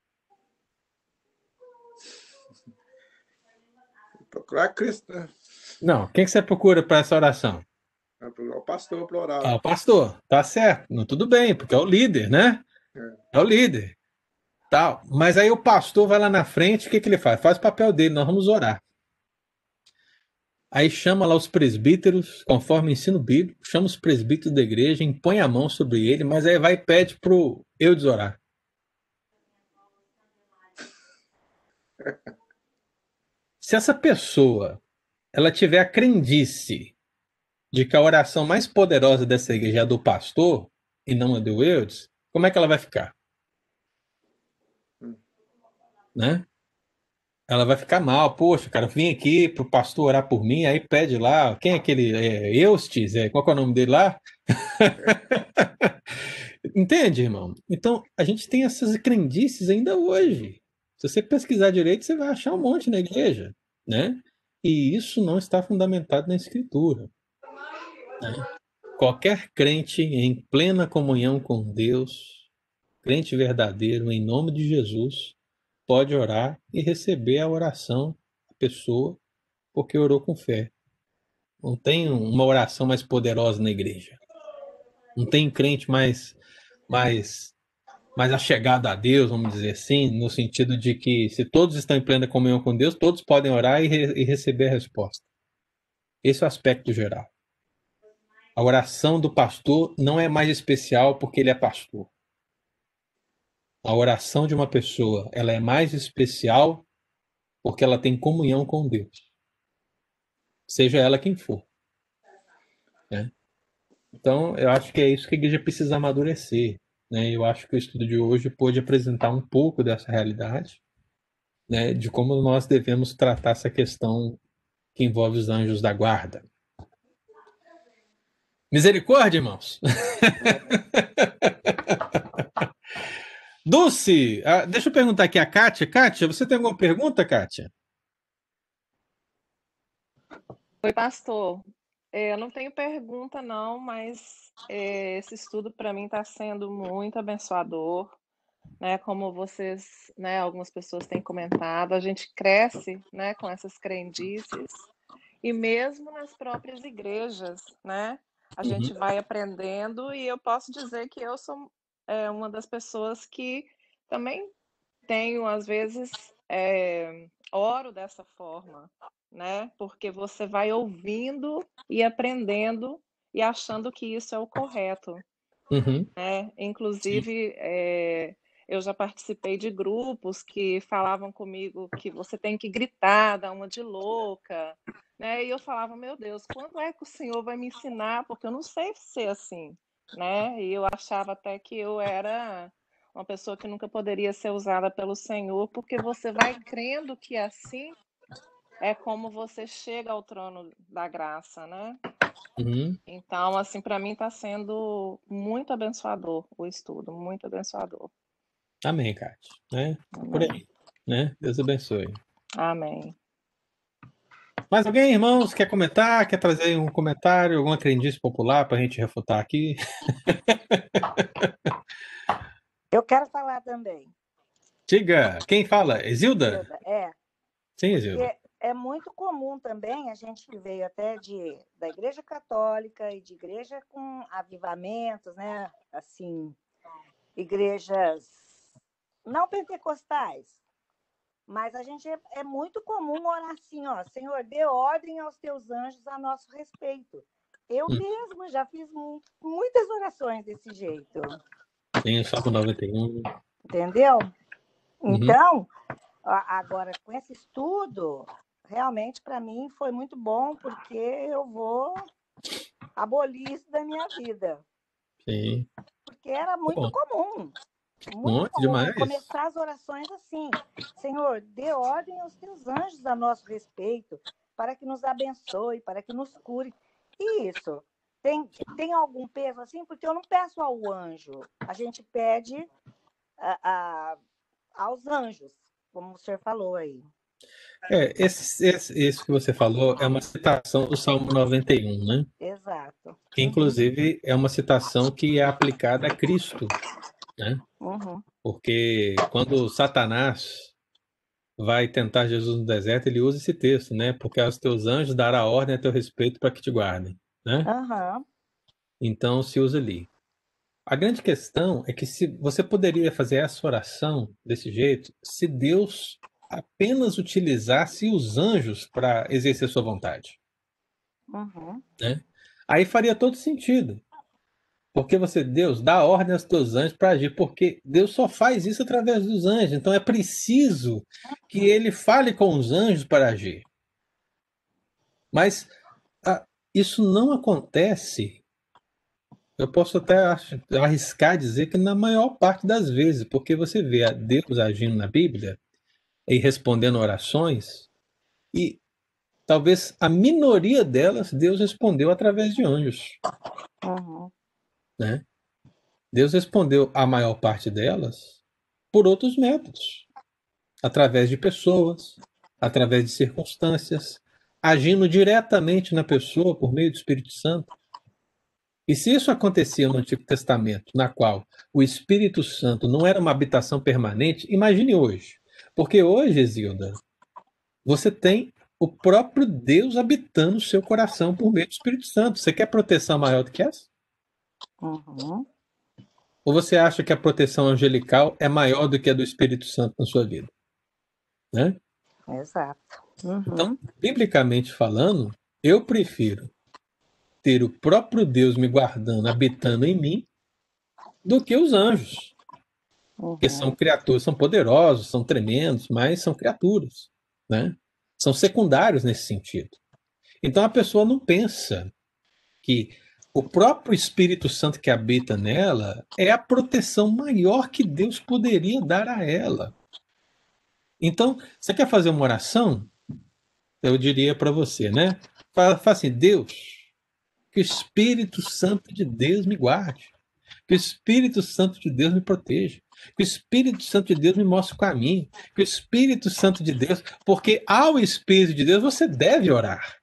Procurar Cristo, né? Não, quem que você procura para essa oração? Vai procurar o pastor para orar. Ah, o pastor, tá certo, não, tudo bem, porque é o líder, né? É o líder, tal. Mas aí o pastor vai lá na frente, o que que ele faz? Faz o papel dele, nós vamos orar. Aí chama lá os presbíteros, conforme o ensino bíblico, chama os presbíteros da igreja, impõe a mão sobre ele, mas aí vai e pede pro Eudes orar. Se essa pessoa ela tiver a crendice de que a oração mais poderosa dessa igreja é a do pastor e não a do Eudes, como é que ela vai ficar? Né? Ela vai ficar mal. Poxa, cara, vim aqui pro pastor orar por mim, aí pede lá, quem é aquele? Eustes? Qual que é o nome dele lá? Entende, irmão? Então, a gente tem essas crendices ainda hoje. Se você pesquisar direito, você vai achar um monte na igreja, né? E isso não está fundamentado na Escritura, né? Qualquer crente em plena comunhão com Deus, crente verdadeiro, em nome de Jesus, pode orar e receber a oração da pessoa porque orou com fé. Não tem uma oração mais poderosa na igreja. Não tem crente mais achegado a Deus, vamos dizer assim, no sentido de que se todos estão em plena comunhão com Deus, todos podem orar e receber a resposta. Esse é o aspecto geral. A oração do pastor não é mais especial porque ele é pastor. A oração de uma pessoa, ela é mais especial porque ela tem comunhão com Deus. Seja ela quem for, né? Então, eu acho que é isso que a igreja precisa amadurecer, né? Eu acho que o estudo de hoje pôde apresentar um pouco dessa realidade, né? De como nós devemos tratar essa questão que envolve os anjos da guarda. Misericórdia, irmãos! Dulce, deixa eu perguntar aqui a Kátia. Kátia, você tem alguma pergunta, Kátia? Oi, pastor. Eu não tenho pergunta, não, mas esse estudo para mim está sendo muito abençoador, né? Como vocês, né, algumas pessoas têm comentado, a gente cresce, né, com essas crendices e mesmo nas próprias igrejas, né? A gente vai aprendendo e eu posso dizer que eu sou uma das pessoas que também tenho, às vezes, oro dessa forma, né? Porque você vai ouvindo e aprendendo e achando que isso é o correto, né? Inclusive, eu já participei de grupos que falavam comigo que você tem que gritar, dar uma de louca, né? E eu falava, meu Deus, quando é que o Senhor vai me ensinar? Porque eu não sei ser assim, né? E eu achava até que eu era uma pessoa que nunca poderia ser usada pelo Senhor, porque você vai crendo que assim é como você chega ao trono da graça, né? Então, assim, para mim está sendo muito abençoador o estudo, muito abençoador. Amém, Kátia. Né? Por aí, né? Deus abençoe. Amém. Mais alguém, irmãos, quer comentar? Quer trazer um comentário, alguma crendice popular para a gente refutar aqui? Eu quero falar também. Diga, quem fala? Exilda? Sim, Exilda. É muito comum também, a gente veio até da Igreja Católica e de igreja com avivamentos, né? Assim, igrejas não pentecostais, mas a gente é muito comum orar assim, ó, Senhor, dê ordem aos teus anjos a nosso respeito. Eu mesma já fiz muitas orações desse jeito. Sim, Salmo 91. Entendeu? Então, Agora, com esse estudo, realmente para mim foi muito bom, porque eu vou abolir isso da minha vida. Sim. Porque era muito Bom, comum. Muito muito comum demais. começar as orações assim: Senhor, dê ordem aos teus anjos a nosso respeito, para que nos abençoe, para que nos cure. E isso tem algum peso assim? Porque eu não peço ao anjo, a gente pede aos anjos, como o senhor falou aí. Isso que você falou é uma citação do Salmo 91, né? Exato. Que, inclusive, é uma citação que é aplicada a Cristo, né? Uhum. Porque quando Satanás vai tentar Jesus no deserto, ele usa esse texto, né? Porque aos teus anjos dará ordem a teu respeito para que te guardem, né? Uhum. Então se usa ali. A grande questão é que se você poderia fazer essa oração desse jeito, se Deus apenas utilizasse os anjos para exercer sua vontade, Uhum. né? Aí faria todo sentido. Porque Deus, dá ordem aos teus anjos para agir, porque Deus só faz isso através dos anjos. Então é preciso que ele fale com os anjos para agir. Mas isso não acontece. Eu posso até arriscar dizer que na maior parte das vezes, porque você vê a Deus agindo na Bíblia e respondendo orações, e talvez a minoria delas Deus respondeu através de anjos. Uhum. Né? Deus respondeu a maior parte delas por outros métodos, através de pessoas, através de circunstâncias, agindo diretamente na pessoa por meio do Espírito Santo. E se isso acontecia no Antigo Testamento, na qual o Espírito Santo não era uma habitação permanente, imagine hoje. Porque hoje, Zilda, você tem o próprio Deus habitando o seu coração por meio do Espírito Santo. Você quer proteção maior do que essa? Uhum. Ou você acha que a proteção angelical é maior do que a do Espírito Santo na sua vida? Né? Exato. Uhum. Então, biblicamente falando, eu prefiro ter o próprio Deus me guardando, habitando em mim, do que os anjos. Que são criaturas, são poderosos, são tremendos, mas são criaturas. Né? São secundários nesse sentido. Então a pessoa não pensa que o próprio Espírito Santo que habita nela é a proteção maior que Deus poderia dar a ela. Então, você quer fazer uma oração? Eu diria para você, né? Fala assim: Deus, que o Espírito Santo de Deus me guarde, que o Espírito Santo de Deus me proteja, que o Espírito Santo de Deus me mostre o caminho, que o Espírito Santo de Deus, porque ao Espírito de Deus você deve orar.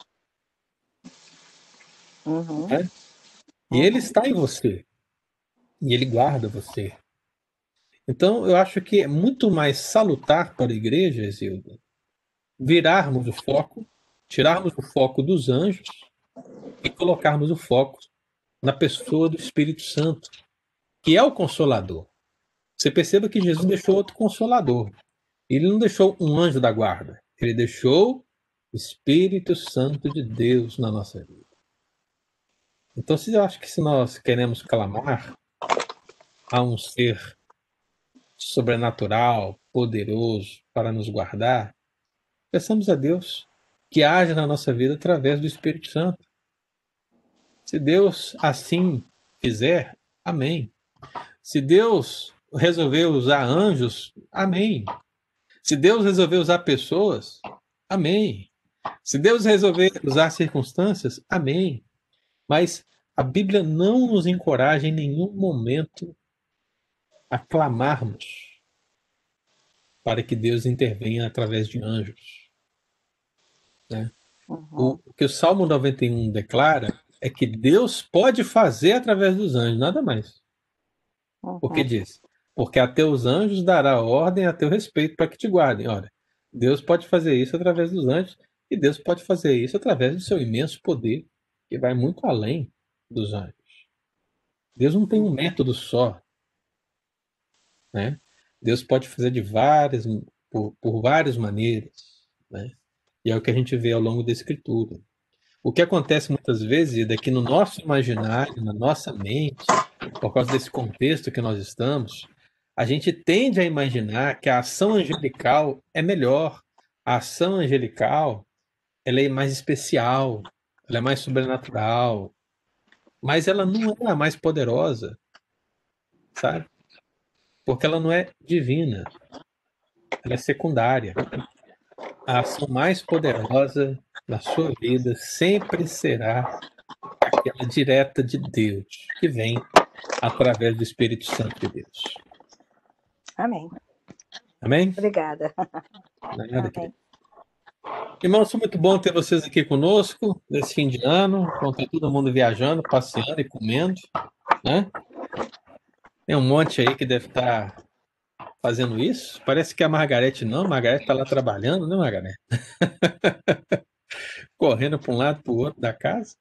Uhum. Né? E ele está em você. E ele guarda você. Então, eu acho que é muito mais salutar para a igreja, Isilda, virarmos o foco, tirarmos o foco dos anjos e colocarmos o foco na pessoa do Espírito Santo, que é o Consolador. Você perceba que Jesus deixou outro Consolador. Ele não deixou um anjo da guarda. Ele deixou o Espírito Santo de Deus na nossa vida. Então, eu acho que se nós queremos clamar a um ser sobrenatural, poderoso, para nos guardar, peçamos a Deus que haja na nossa vida através do Espírito Santo. Se Deus assim fizer, amém. Se Deus resolver usar anjos, amém. Se Deus resolver usar pessoas, amém. Se Deus resolver usar circunstâncias, amém. Mas a Bíblia não nos encoraja em nenhum momento a clamarmos para que Deus intervenha através de anjos. Né? O que o Salmo 91 declara é que Deus pode fazer através dos anjos, nada mais. Porque diz: porque a teus anjos dará ordem a teu respeito para que te guardem. Olha, Deus pode fazer isso através dos anjos e Deus pode fazer isso através do seu imenso poder, que vai muito além dos anjos. Deus não tem um método só. Né? Deus pode fazer por várias maneiras. Né? E é o que a gente vê ao longo da Escritura. O que acontece muitas vezes é que no nosso imaginário, na nossa mente, por causa desse contexto que nós estamos, a gente tende a imaginar que a ação angelical é melhor. A ação angelical, ela é mais especial, ela é mais sobrenatural, mas ela não é a mais poderosa, sabe? Porque ela não é divina, ela é secundária. A ação mais poderosa da sua vida sempre será aquela direta de Deus, que vem através do Espírito Santo de Deus. Amém. Amém? Obrigada. Nada, querido. Irmãos, foi muito bom ter vocês aqui conosco nesse fim de ano. Vão ter todo mundo viajando, passeando e comendo, né? Tem um monte aí que deve estar fazendo isso. Parece que a Margarete não. A Margarete está lá trabalhando, né, Margarete? Correndo para um lado para o outro da casa.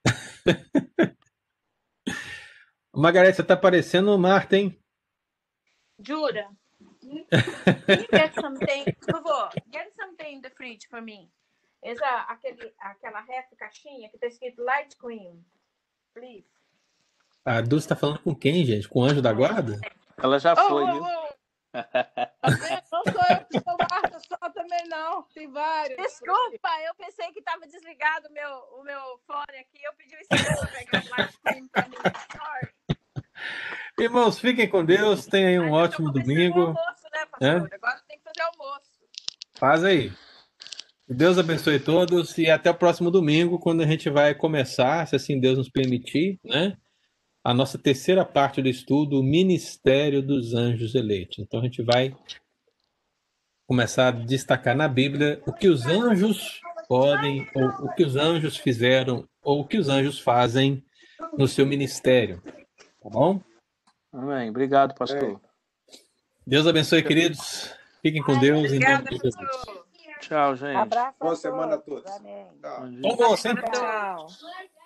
Margarete, você está parecendo Marta, hein? Jura? Can you get something? Por favor, get something in the fridge for me. Aquela ref caixinha que está escrito light cream, please. A Dulce está falando com quem, gente? Com o anjo da guarda? Ela já foi, viu? Não sou eu que sou Marta só também, não. Tem vários. Desculpa, eu pensei que estava desligado o meu fone aqui. Eu pedi o Estevão para pegar o light cream para mim. Sorry. Irmãos, fiquem com Deus. Tenham aí um ótimo domingo. Almoço, né, pastor? Agora tem que fazer almoço. Faz aí. Deus abençoe todos e até o próximo domingo, quando a gente vai começar, se assim Deus nos permitir, né? A nossa terceira parte do estudo, o Ministério dos Anjos Eleitos. Então a gente vai começar a destacar na Bíblia o que os anjos podem, ou o que os anjos fizeram, ou o que os anjos fazem no seu ministério. Tá bom? Amém. Obrigado, pastor. Deus abençoe, queridos. Fiquem com Deus. Em nome de Jesus. Tchau, gente. Abraço. Boa semana a todos. Amém. Tchau. Bom, sempre. Tchau.